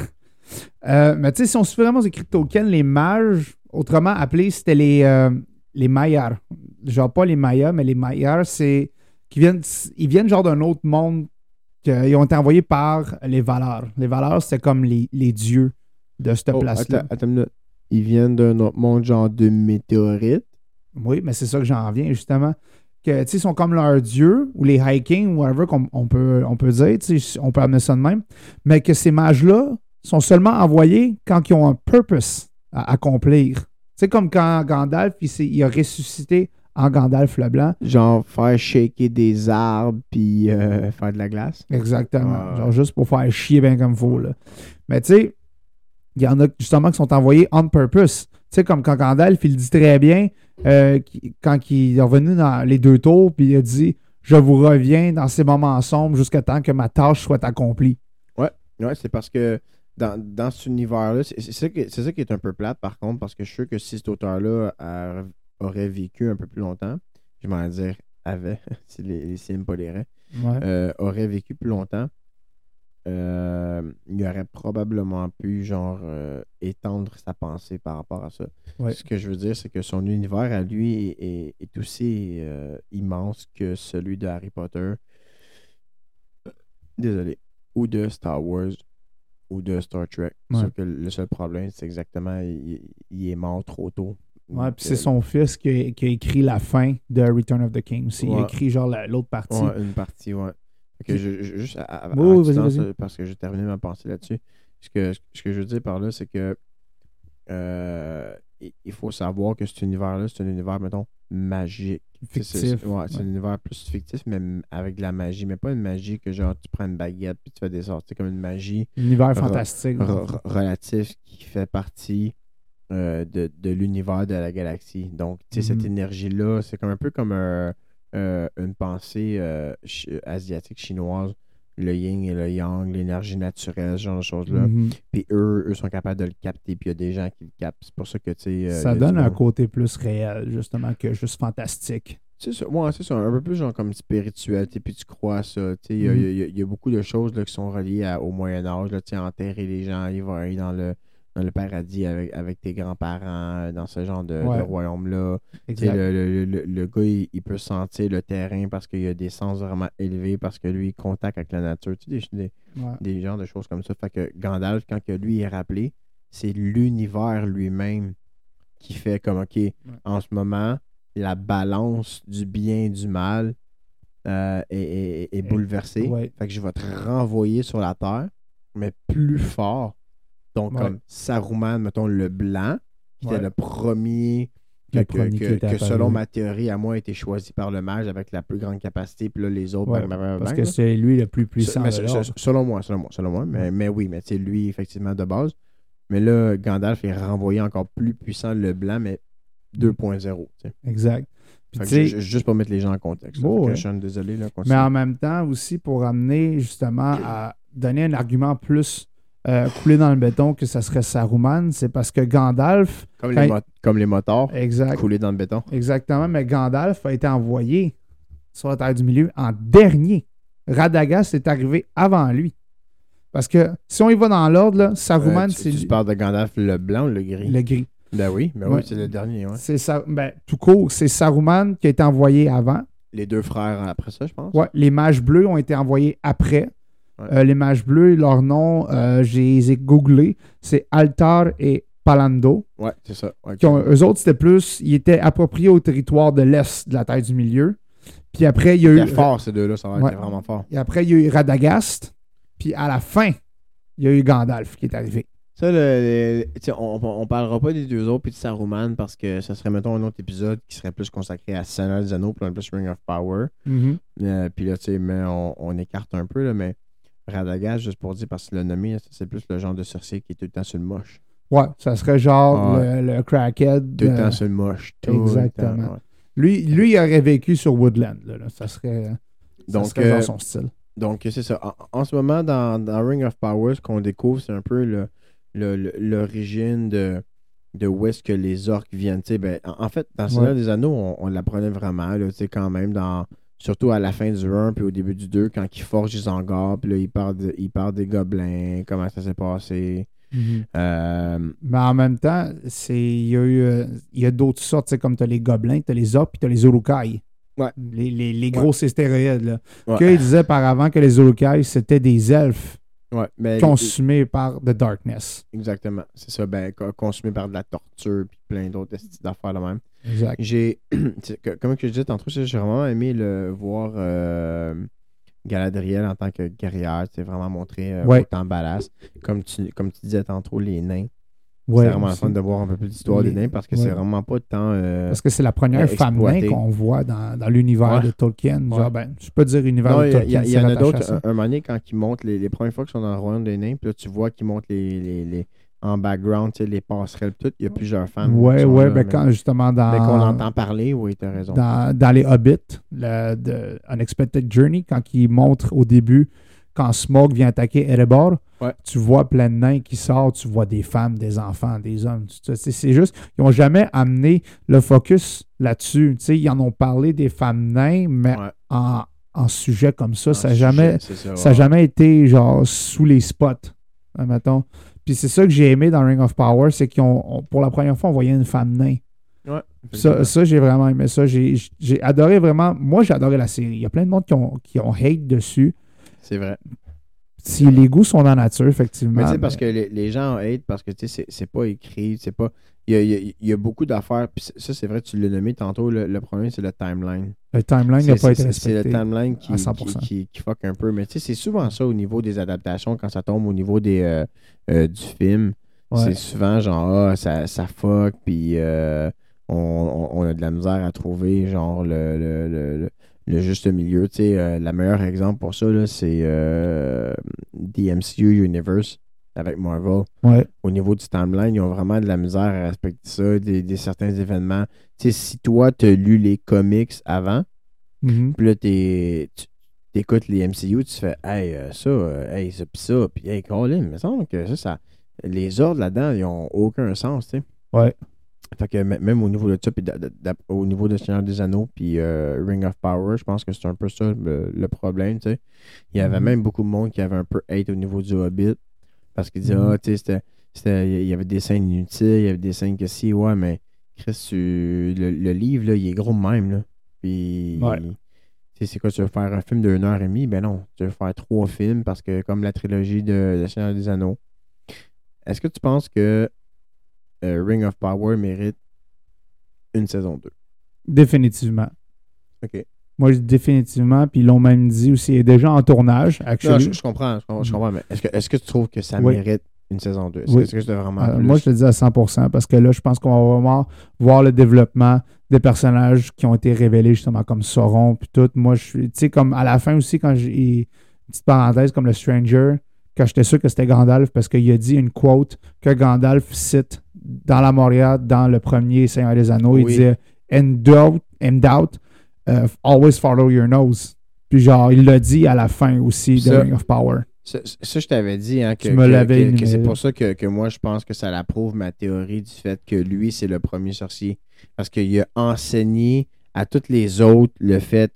B: Mais tu sais, si on se fait vraiment aux écrits de Tolkien, les mages, autrement appelés, c'était les Mayars. Genre pas les Mayas, mais les Mayars, c'est ils viennent genre d'un autre monde. Ils ont été envoyés par les Valars. Les Valars, c'était comme les dieux de cette place-là.
A: Attends une minute. Ils viennent d'un autre monde, genre de météorites.
B: Oui, mais c'est ça que j'en viens, justement. Que, tu sais, ils sont comme leurs dieux, ou les Vikings, whatever, on peut dire, tu sais, on peut amener ça de même. Mais que ces mages-là sont seulement envoyés quand ils ont un purpose à accomplir. Tu sais, comme quand Gandalf, il a ressuscité en Gandalf le Blanc.
A: Genre faire shaker des arbres puis faire de la glace.
B: Exactement. Genre juste pour faire chier bien comme il faut, là. Mais tu sais, il y en a justement qui sont envoyés on purpose. Tu sais, comme quand Gandalf, il le dit très bien, quand il est revenu dans les 2 tours, puis il a dit « Je vous reviens dans ces moments sombres jusqu'à temps que ma tâche soit accomplie. »
A: Ouais, c'est parce que dans cet univers-là, c'est ça qui est un peu plate, par contre, parce que je suis sûr que si cet auteur-là aurait vécu un peu plus longtemps, je m'en dire avait, si les signes pas les raies, aurait vécu plus longtemps, il aurait probablement pu genre étendre sa pensée par rapport à ça.
B: Ouais.
A: Ce que je veux dire, c'est que son univers à lui est aussi immense que celui de Harry Potter. Désolé. Ou de Star Wars ou de Star Trek.
B: Ouais.
A: Sauf que le seul problème, c'est exactement il est mort trop tôt.
B: Ouais, puis c'est son fils qui a écrit la fin de Return of the King. Il a écrit genre l'autre partie.
A: Ouais, une partie, ouais. Okay, juste
B: vas-y.
A: parce que j'ai terminé ma pensée là-dessus. Ce que je veux dire par là, c'est que il faut savoir que cet univers-là, c'est un univers, mettons, magique.
B: Fictif.
A: C'est un univers plus fictif, mais avec de la magie. Mais pas une magie que genre tu prends une baguette puis tu fais des sorts. C'est comme une magie.
B: Univers fantastique.
A: Relatif qui fait partie de l'univers de la galaxie. Donc, tu sais, cette énergie-là, c'est comme un peu comme une pensée asiatique, chinoise, le yin et le yang, l'énergie naturelle, ce genre de choses-là. Puis eux sont capables de le capter, puis il y a des gens qui le captent. C'est pour ça que, tu sais...
B: ça donne un côté plus réel, justement, que juste fantastique.
A: C'est ça, ouais, c'est ça, un peu plus genre comme spirituel, puis tu crois à ça. Il y a beaucoup de choses là, qui sont reliées au Moyen-Âge, enterrer les gens, ils vont aller dans le paradis avec tes grands-parents, dans ce genre de royaume-là. Le gars, il peut sentir le terrain parce qu'il a des sens vraiment élevés, parce que lui, il contacte avec la nature. Tu sais, des genres de choses comme ça. Fait que Gandalf, quand que lui est rappelé, c'est l'univers lui-même qui fait comme, OK, en ce moment, la balance du bien et du mal est bouleversée. Fait que je vais te renvoyer sur la Terre, mais plus fort. Donc, comme Saruman, mettons, le blanc, qui était le premier que selon ma théorie, à moi, a été choisi par le mage avec la plus grande capacité, puis là, les autres...
B: parce que c'est lui le plus puissant
A: selon moi. Mais oui, mais c'est lui, effectivement, de base. Mais là, Gandalf est renvoyé encore plus puissant, le blanc, mais 2.0.
B: Exact.
A: Juste pour mettre les gens en contexte. Je suis désolé. Là,
B: mais en même temps, aussi, pour amener, justement, à donner un argument plus... coulé dans le béton que ça serait Saruman, c'est parce que Gandalf...
A: Comme les motards,
B: exact,
A: coulés dans le béton.
B: Exactement, mais Gandalf a été envoyé sur la Terre du Milieu en dernier. Radagast est arrivé avant lui. Parce que si on y va dans l'ordre, là, Saruman, c'est...
A: Tu parles de Gandalf le blanc ou le gris?
B: Le gris.
A: Ben oui, c'est le dernier. Ouais.
B: C'est tout court, c'est Saruman qui a été envoyé avant.
A: Les 2 frères après ça, je pense.
B: Ouais, les mages bleus ont été envoyés après. Les mages bleus, leur nom, je les ai googlés. C'est Altar et Palando.
A: Ouais, c'est ça.
B: Eux autres, c'était plus... Ils étaient appropriés au territoire de l'Est de la Terre du Milieu. Puis après, il y a eu...
A: C'était fort, ces deux-là. Ça a été vraiment fort.
B: Et après, il y a eu Radagast. Puis à la fin, il y a eu Gandalf qui est arrivé.
A: Ça, on parlera pas des 2 autres puis de Saruman parce que ça serait, mettons, un autre épisode qui serait plus consacré à Seigneur des Anneaux puis plus Ring of Power. Puis là, tu sais, mais on écarte un peu, là, mais Radagast, juste pour dire, parce que le nommé, c'est plus le genre de sorcier qui est tout le temps sur le moche.
B: Ouais, ça serait genre le crackhead.
A: Tout le temps sur le moche.
B: Exactement.
A: Le temps, ouais.
B: Lui, il aurait vécu sur Woodland. Là. Ça serait genre son style.
A: Donc, c'est ça. En ce moment, dans Ring of Power, ce qu'on découvre, c'est un peu l'origine de où est-ce que les orques viennent. En fait, dans Seigneur des Anneaux, on l'apprenait vraiment, là, quand même, surtout à la fin du 1 puis au début du 2, quand ils forgent les angars, puis là, ils parlent des gobelins, comment ça s'est passé.
B: Mais en même temps, il y a d'autres sortes, tu sais, comme tu as les gobelins, tu as les orques, puis tu as les urukai.
A: Ouais.
B: Les gros stéroïdes. Là.
A: Ouais.
B: Qu'ils disaient par avant que les urukai, c'était des elfes
A: Ouais, mais
B: consumés par The Darkness.
A: exactement. C'est ça, consumé par de la torture puis plein d'autres d'affaires de même.
B: Exact.
A: Comme que je disais tantôt, j'ai vraiment aimé voir Galadriel en tant que guerrière. C'est vraiment montré autant badass. Comme tu disais tantôt, les nains.
B: Ouais,
A: c'est vraiment
B: aussi.
A: fun de voir un peu plus d'histoire des nains parce que c'est vraiment pas tant.
B: Parce que c'est la première femme nain qu'on voit dans l'univers de Tolkien. Genre, je peux dire univers de Tolkien.
A: Il y en a d'autres. Un moment donné, quand ils montrent les premières fois qu'ils sont dans le royaume des nains, puis là, tu vois qu'ils montrent les en background, les passerelles, tout. Il y a plusieurs femmes.
B: Quand justement dans.
A: Mais qu'on entend parler, oui, t'as raison.
B: Dans les Hobbits, de Unexpected Journey, quand ils montrent au début, quand Smaug vient attaquer Erebor, tu vois plein de nains qui sortent, tu vois des femmes, des enfants, des hommes. C'est juste, ils n'ont jamais amené le focus là-dessus. Ils en ont parlé des femmes nains, mais en sujet comme ça, ça n'a jamais été genre sous les spots, mettons. Puis c'est ça que j'ai aimé dans Ring of Power, c'est pour la première fois, on voyait une femme nain.
A: Ouais,
B: ça, j'ai vraiment aimé ça. J'ai adoré vraiment. Moi, j'ai adoré la série. Il y a plein de monde qui ont hate dessus.
A: C'est vrai.
B: Si les goûts sont dans la nature, effectivement.
A: Mais tu sais, parce que les gens hate parce que tu sais, c'est pas écrit, c'est pas. Il y a beaucoup d'affaires. Puis ça, c'est vrai, tu l'as nommé tantôt. Le problème, c'est le timeline.
B: Le timeline n'a pas été respecté.
A: C'est le timeline
B: à 100%.
A: qui fuck un peu. Mais tu sais, c'est souvent ça au niveau des adaptations, quand ça tombe au niveau du film.
B: Ouais.
A: C'est souvent genre, ça fuck, puis on a de la misère à trouver, genre, le juste milieu. Tu sais, le meilleur exemple pour ça, là, c'est The MCU Universe avec Marvel.
B: Ouais.
A: Au niveau du timeline, ils ont vraiment de la misère à respecter ça, des certains événements. Tu sais, si toi, tu as lu les comics avant, puis là, tu écoutes les MCU, tu fais « Hey, ça, pis ça, puis hey, Colin, il me semble que ça... Les ordres là-dedans, ils n'ont aucun sens, tu sais. »
B: Ouais.
A: Fait que même au niveau de ça, puis au niveau de Seigneur des Anneaux, puis Ring of Power, je pense que c'est un peu ça le problème, tu sais. Il y avait même beaucoup de monde qui avait un peu hate au niveau du Hobbit, parce qu'ils disaient, tu sais, il y avait des scènes inutiles, il y avait des scènes que si, ouais, mais Chris, le livre, là, il est gros de même, là. Puis, c'est quoi, tu veux faire un film de 1h30? Ben non, tu veux faire 3 films, parce que comme la trilogie de Seigneur des Anneaux. Est-ce que tu penses que Ring of Power mérite une saison 2?
B: Définitivement.
A: OK.
B: Moi, je dis définitivement, puis ils l'ont même dit aussi, il est déjà en tournage, actuellement.
A: Je comprends, mais est-ce que tu trouves que ça mérite une saison 2? Est-ce que c'est vraiment
B: moi, je le dis à 100%, parce que là, je pense qu'on va vraiment voir le développement des personnages qui ont été révélés, justement, comme Sauron, puis tout. Moi, je suis, tu sais, comme à la fin aussi, quand j'ai une petite parenthèse, comme le Stranger, quand j'étais sûr que c'était Gandalf, parce qu'il a dit une quote que Gandalf cite dans la Moria, dans le premier Seigneur des Anneaux. Il disait « In doubt, always follow your nose ». Puis genre, il l'a dit à la fin aussi de Ring of Power.
A: Ça, je t'avais dit que c'est pour ça que moi, je pense que ça l'approuve ma théorie du fait que lui, c'est le premier sorcier. Parce qu'il a enseigné à tous les autres le fait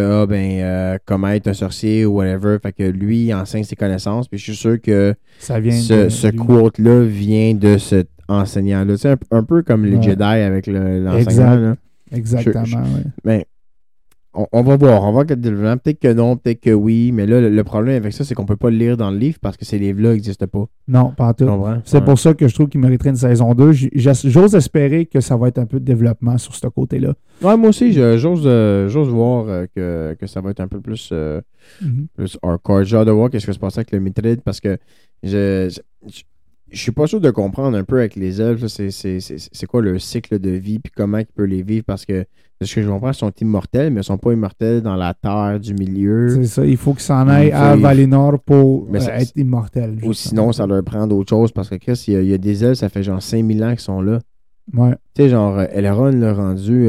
A: que comment être un sorcier ou whatever. Fait que lui, il enseigne ses connaissances. Puis je suis sûr que ce quote-là vient de cet enseignant-là. C'est un peu comme les Jedi avec l'enseignant. Là.
B: Exactement, oui.
A: Mais on va voir. On va voir le développement. Peut-être que non, peut-être que oui. Mais là, le problème avec ça, c'est qu'on ne peut pas le lire dans le livre parce que ces livres-là n'existent pas.
B: Non, pas en tout. C'est pour ça que je trouve qu'il mériterait une saison 2. J'ose espérer que ça va être un peu de développement sur ce côté-là.
A: Ouais, moi aussi, j'ose voir que ça va être un peu plus hardcore. J'ai hâte de voir qu'est-ce qui se passe avec le Mithril parce que je suis pas sûr de comprendre un peu avec les elfes. C'est quoi le cycle de vie puis comment ils peuvent les vivre parce que de ce que je comprends, ils sont immortels, mais ils sont pas immortels dans la terre du milieu.
B: C'est ça, il faut qu'ils s'en aillent à Valinor pour être immortels.
A: Ou sinon, ça leur prend d'autres choses parce que Chris, il y a des elfes, ça fait genre 5000 ans qu'ils sont là.
B: Ouais.
A: Tu sais, genre, Elrond l'a rendu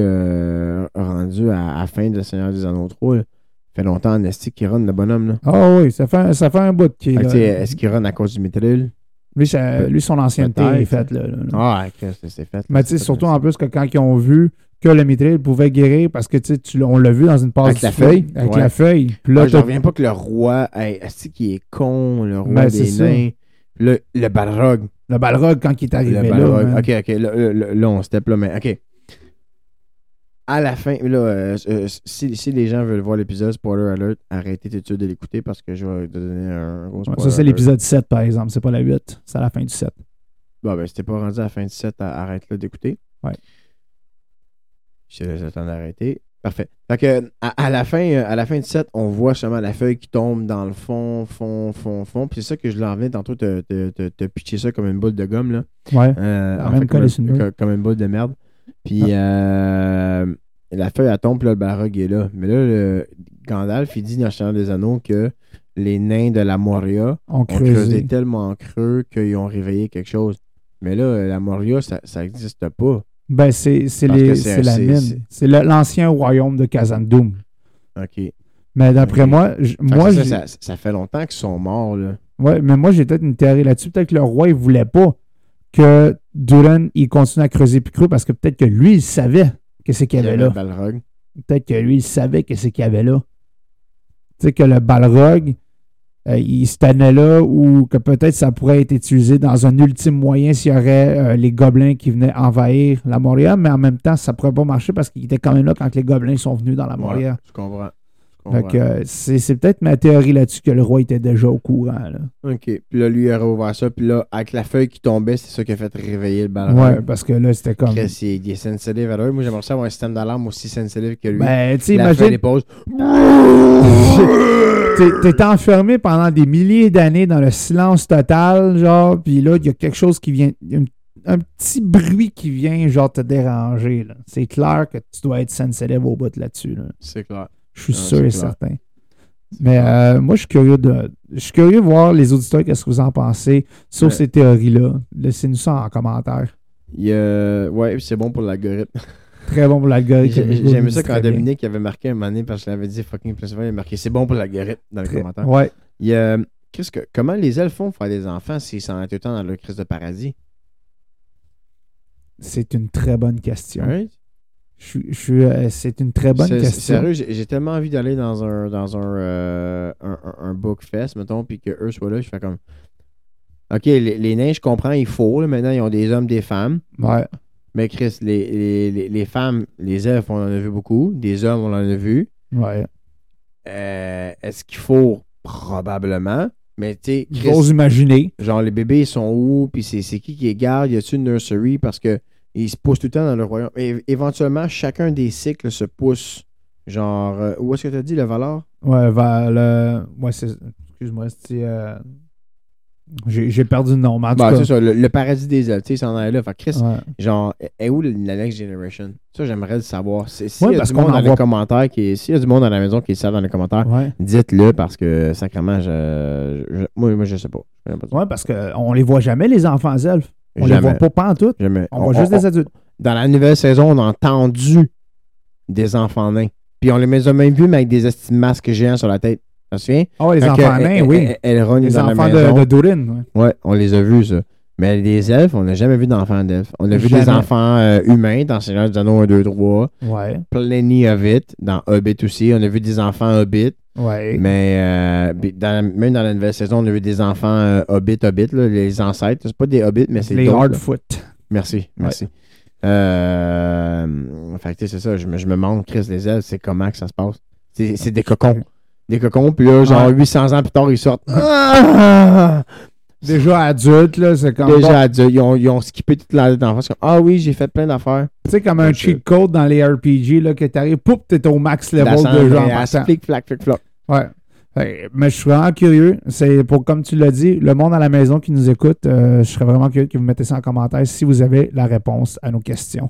A: à la fin de Seigneur des Anneaux 3. Là. Ça fait longtemps en esti qu'il run, le bonhomme. Là.
B: Ah oui, ça fait un bout qu'il est là.
A: Est-ce qu'il run à cause du Mithril?
B: Lui, son ancienneté est faite. Là.
A: Ah, c'est fait.
B: Mais tu sais, surtout en plus que quand ils ont vu que le Mithril pouvait guérir, parce que on l'a vu dans une passe
A: avec la feuille.
B: Avec la feuille. Puis là,
A: je reviens pas que le roi, est-ce qu'il est con, le roi des nains. Le Balrog.
B: Le Balrog, quand il est arrivé
A: Le
B: là.
A: Balrog.
B: man.
A: OK. Là, on step là, mais OK. À la fin, là, si les gens veulent voir l'épisode, spoiler alert, arrêtez tout de suite de l'écouter parce que je vais te donner un gros
B: Ouais,
A: spoiler
B: ça, c'est
A: alert.
B: l'épisode 7, par exemple. C'est pas la 8. C'est à la fin du 7.
A: Bon, ben, si t'es pas rendu à la fin du set, arrête-là d'écouter.
B: Ouais.
A: Je te laisse le temps d'arrêter. Parfait. Fait que, à la fin du set, on voit seulement la feuille qui tombe dans le fond. Puis c'est ça que je l'en venais tantôt te pitcher ça comme une boule de gomme, là.
B: Ouais.
A: En
B: même
A: fait,
B: collé sur le mur.
A: comme une boule de merde. Puis la feuille, elle tombe, puis là, le Balrog est là. Mais là, Gandalf, il dit dans le Seigneur des Anneaux que les nains de la Moria
B: On
A: ont creusé
B: creusé.
A: tellement creux qu'ils ont réveillé quelque chose. Mais là, la Moria, ça n'existe pas.
B: Ben, c'est
A: Parce que
B: la mine. C'est l'ancien royaume de Khazad-dûm.
A: OK.
B: Mais d'après
A: Ok.
B: moi,
A: Fait que
B: moi,
A: ça fait longtemps qu'ils sont morts, là.
B: ouais, mais moi, j'ai peut-être une théorie là-dessus. Peut-être que le roi, il voulait pas que Durin, il continue à creuser plus creux parce que peut-être que lui, il savait que c'est qu'il y avait
A: le
B: là.
A: Balrog.
B: Peut-être que lui, il savait que c'est qu'il y avait là. Tu sais, que le Balrog, il se tenait là ou que peut-être ça pourrait être utilisé dans un ultime moyen s'il y aurait les gobelins qui venaient envahir la Moria, mais en même temps, ça pourrait pas marcher parce qu'il était quand même là quand les gobelins sont venus dans la Moria.
A: Ouais, je comprends.
B: Fait que, c'est peut-être ma théorie là-dessus que le roi était déjà au courant. Là.
A: OK. Puis là, lui, il a rouvert ça. Puis là, avec la feuille qui tombait, c'est ça qui a fait réveiller le Balrog.
B: Ouais, parce que là, c'était comme.
A: Chris, il est sensitive à l'heure. Moi, j'aimerais ça avoir un système d'alarme aussi sensitive que lui.
B: Ben, tu sais,
A: la feuille
B: imagine.
A: des pauses.
B: T'es enfermé pendant des milliers d'années dans le silence total, genre, puis là, il y a quelque chose qui vient. Il y a un petit bruit qui vient, genre, te déranger. Là. C'est clair que tu dois être sensitive au bout de là-dessus. Là.
A: C'est clair.
B: Je suis
A: Non,
B: sûr
A: c'est
B: et
A: clair.
B: certain. Mais moi, je suis curieux de voir les auditeurs, qu'est-ce que vous en pensez sur
A: Ouais.
B: ces théories-là. Laissez-nous ça en commentaire.
A: Ouais, c'est bon pour l'algorithme.
B: Très bon pour l'algorithme.
A: J'aimais ça quand
B: Très bien.
A: Dominique avait marqué un moment donné parce que je l'avais dit fucking plus souvent, il a marqué c'est bon pour l'algorithme dans les commentaires.
B: Ouais.
A: Comment les elfes font pour faire des enfants s'ils sont tout le temps dans leur crise de paradis?
B: C'est une très bonne question.
A: Right?
B: C'est une très bonne question.
A: Sérieux, j'ai tellement envie d'aller dans un book fest, mettons, puis qu'eux soient là, je fais comme OK, les nains, je comprends, il faut. Là, maintenant, ils ont des hommes, des femmes.
B: Ouais.
A: Mais Chris, les femmes, les elfes, on en a vu beaucoup. Des hommes, on en a vu.
B: Ouais.
A: Est-ce qu'il faut? Probablement. Mais tu sais, Chris,
B: J'ose imaginer.
A: genre les bébés, ils sont où? Puis c'est qui les garde? Y a-t-il une nursery? Parce que ils se poussent tout le temps dans le royaume. Et éventuellement, chacun des cycles se pousse. Genre, où est-ce que tu as dit le Valar?
B: Ouais, ouais, excuse-moi, j'ai perdu le nom. Mais en tout
A: Bah,
B: cas,
A: c'est ça, le paradis des elfes. Tu sais, ils s'en allaient là. Fait que Chris,
B: ouais.
A: genre, est où la Next Generation? Ça, j'aimerais le savoir. S'il
B: Ouais,
A: y a
B: parce
A: du monde
B: qu'on
A: dans
B: en
A: les
B: voit-
A: commentaires, s'il y a du monde à la maison qui le savent dans les commentaires,
B: Ouais.
A: dites-le parce que, sacrément, moi, je sais pas. Je connais pas ça.
B: Ouais, parce qu'on les voit jamais, les enfants elfes. On
A: Jamais.
B: les voit pas en tout.
A: Jamais.
B: On voit juste des adultes.
A: Dans la nouvelle saison, on a entendu des enfants nains. Puis on les a même vus, mais avec des masques géants sur la tête. Tu te souviens?
B: Oh, les
A: Quand
B: enfants nains, oui.
A: Elrond est
B: Les
A: dans
B: enfants
A: la maison.
B: de Durin. Ouais.
A: Ouais, on les a vus, ça. Mais les elfes, on n'a jamais vu d'enfants d'elfes. On a vu
B: Jamais.
A: des enfants humains dans Seigneur des Anneaux 1, 2, 3.
B: Ouais.
A: Plenty of it. Dans Hobbit aussi. On a vu des enfants Hobbit.
B: Ouais.
A: Mais même dans la nouvelle saison, on a vu des enfants Hobbit, là, les ancêtres. C'est pas des Hobbits, mais c'est
B: les
A: d'autres, là.
B: Hardfoot.
A: Merci. Fait que, tu sais, c'est ça. Je me demande, Chris, les elfes, c'est comment que ça se passe? C'est des cocons. Des cocons, puis là, genre,
B: Ouais.
A: 800 ans plus tard, ils sortent. Ah!
B: Déjà adultes, là, c'est comme.
A: Déjà adultes, ils ont skippé toute la d'enfance. Ah oui, j'ai fait plein d'affaires.
B: Tu sais, comme un cheat code dans les RPG, là, que t'arrives, pouf, t'es au max level
A: La
B: de jeu en
A: Andreas,
B: partant.
A: flic, flac, flic, floc.
B: Ouais. Mais je suis vraiment curieux. C'est pour, comme tu l'as dit, le monde à la maison qui nous écoute, je serais vraiment curieux que vous mettez ça en commentaire si vous avez la réponse à nos questions.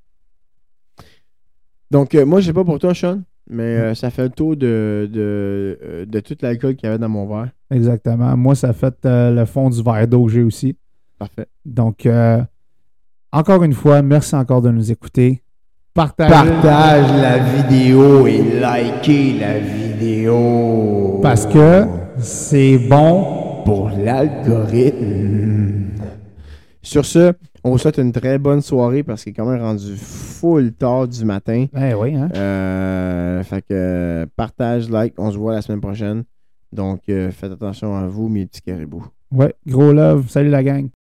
A: Donc, moi, je sais pas pour toi, Sean, mais ça fait le tour de tout l'alcool qu'il y avait dans mon verre.
B: Exactement. Moi, ça fait le fond du verre d'eau que j'ai aussi.
A: Parfait.
B: Donc, encore une fois, merci encore de nous écouter. Partage
A: la vidéo et likez la vidéo.
B: parce que c'est bon.
A: Pour l'algorithme. Sur ce, on vous souhaite une très bonne soirée parce qu'il est quand même rendu full tard du matin.
B: Eh oui, hein?
A: Fait que partage, like, on se voit la semaine prochaine. Donc, faites attention à vous, mes petits caribous.
B: Ouais, gros love. Salut la gang.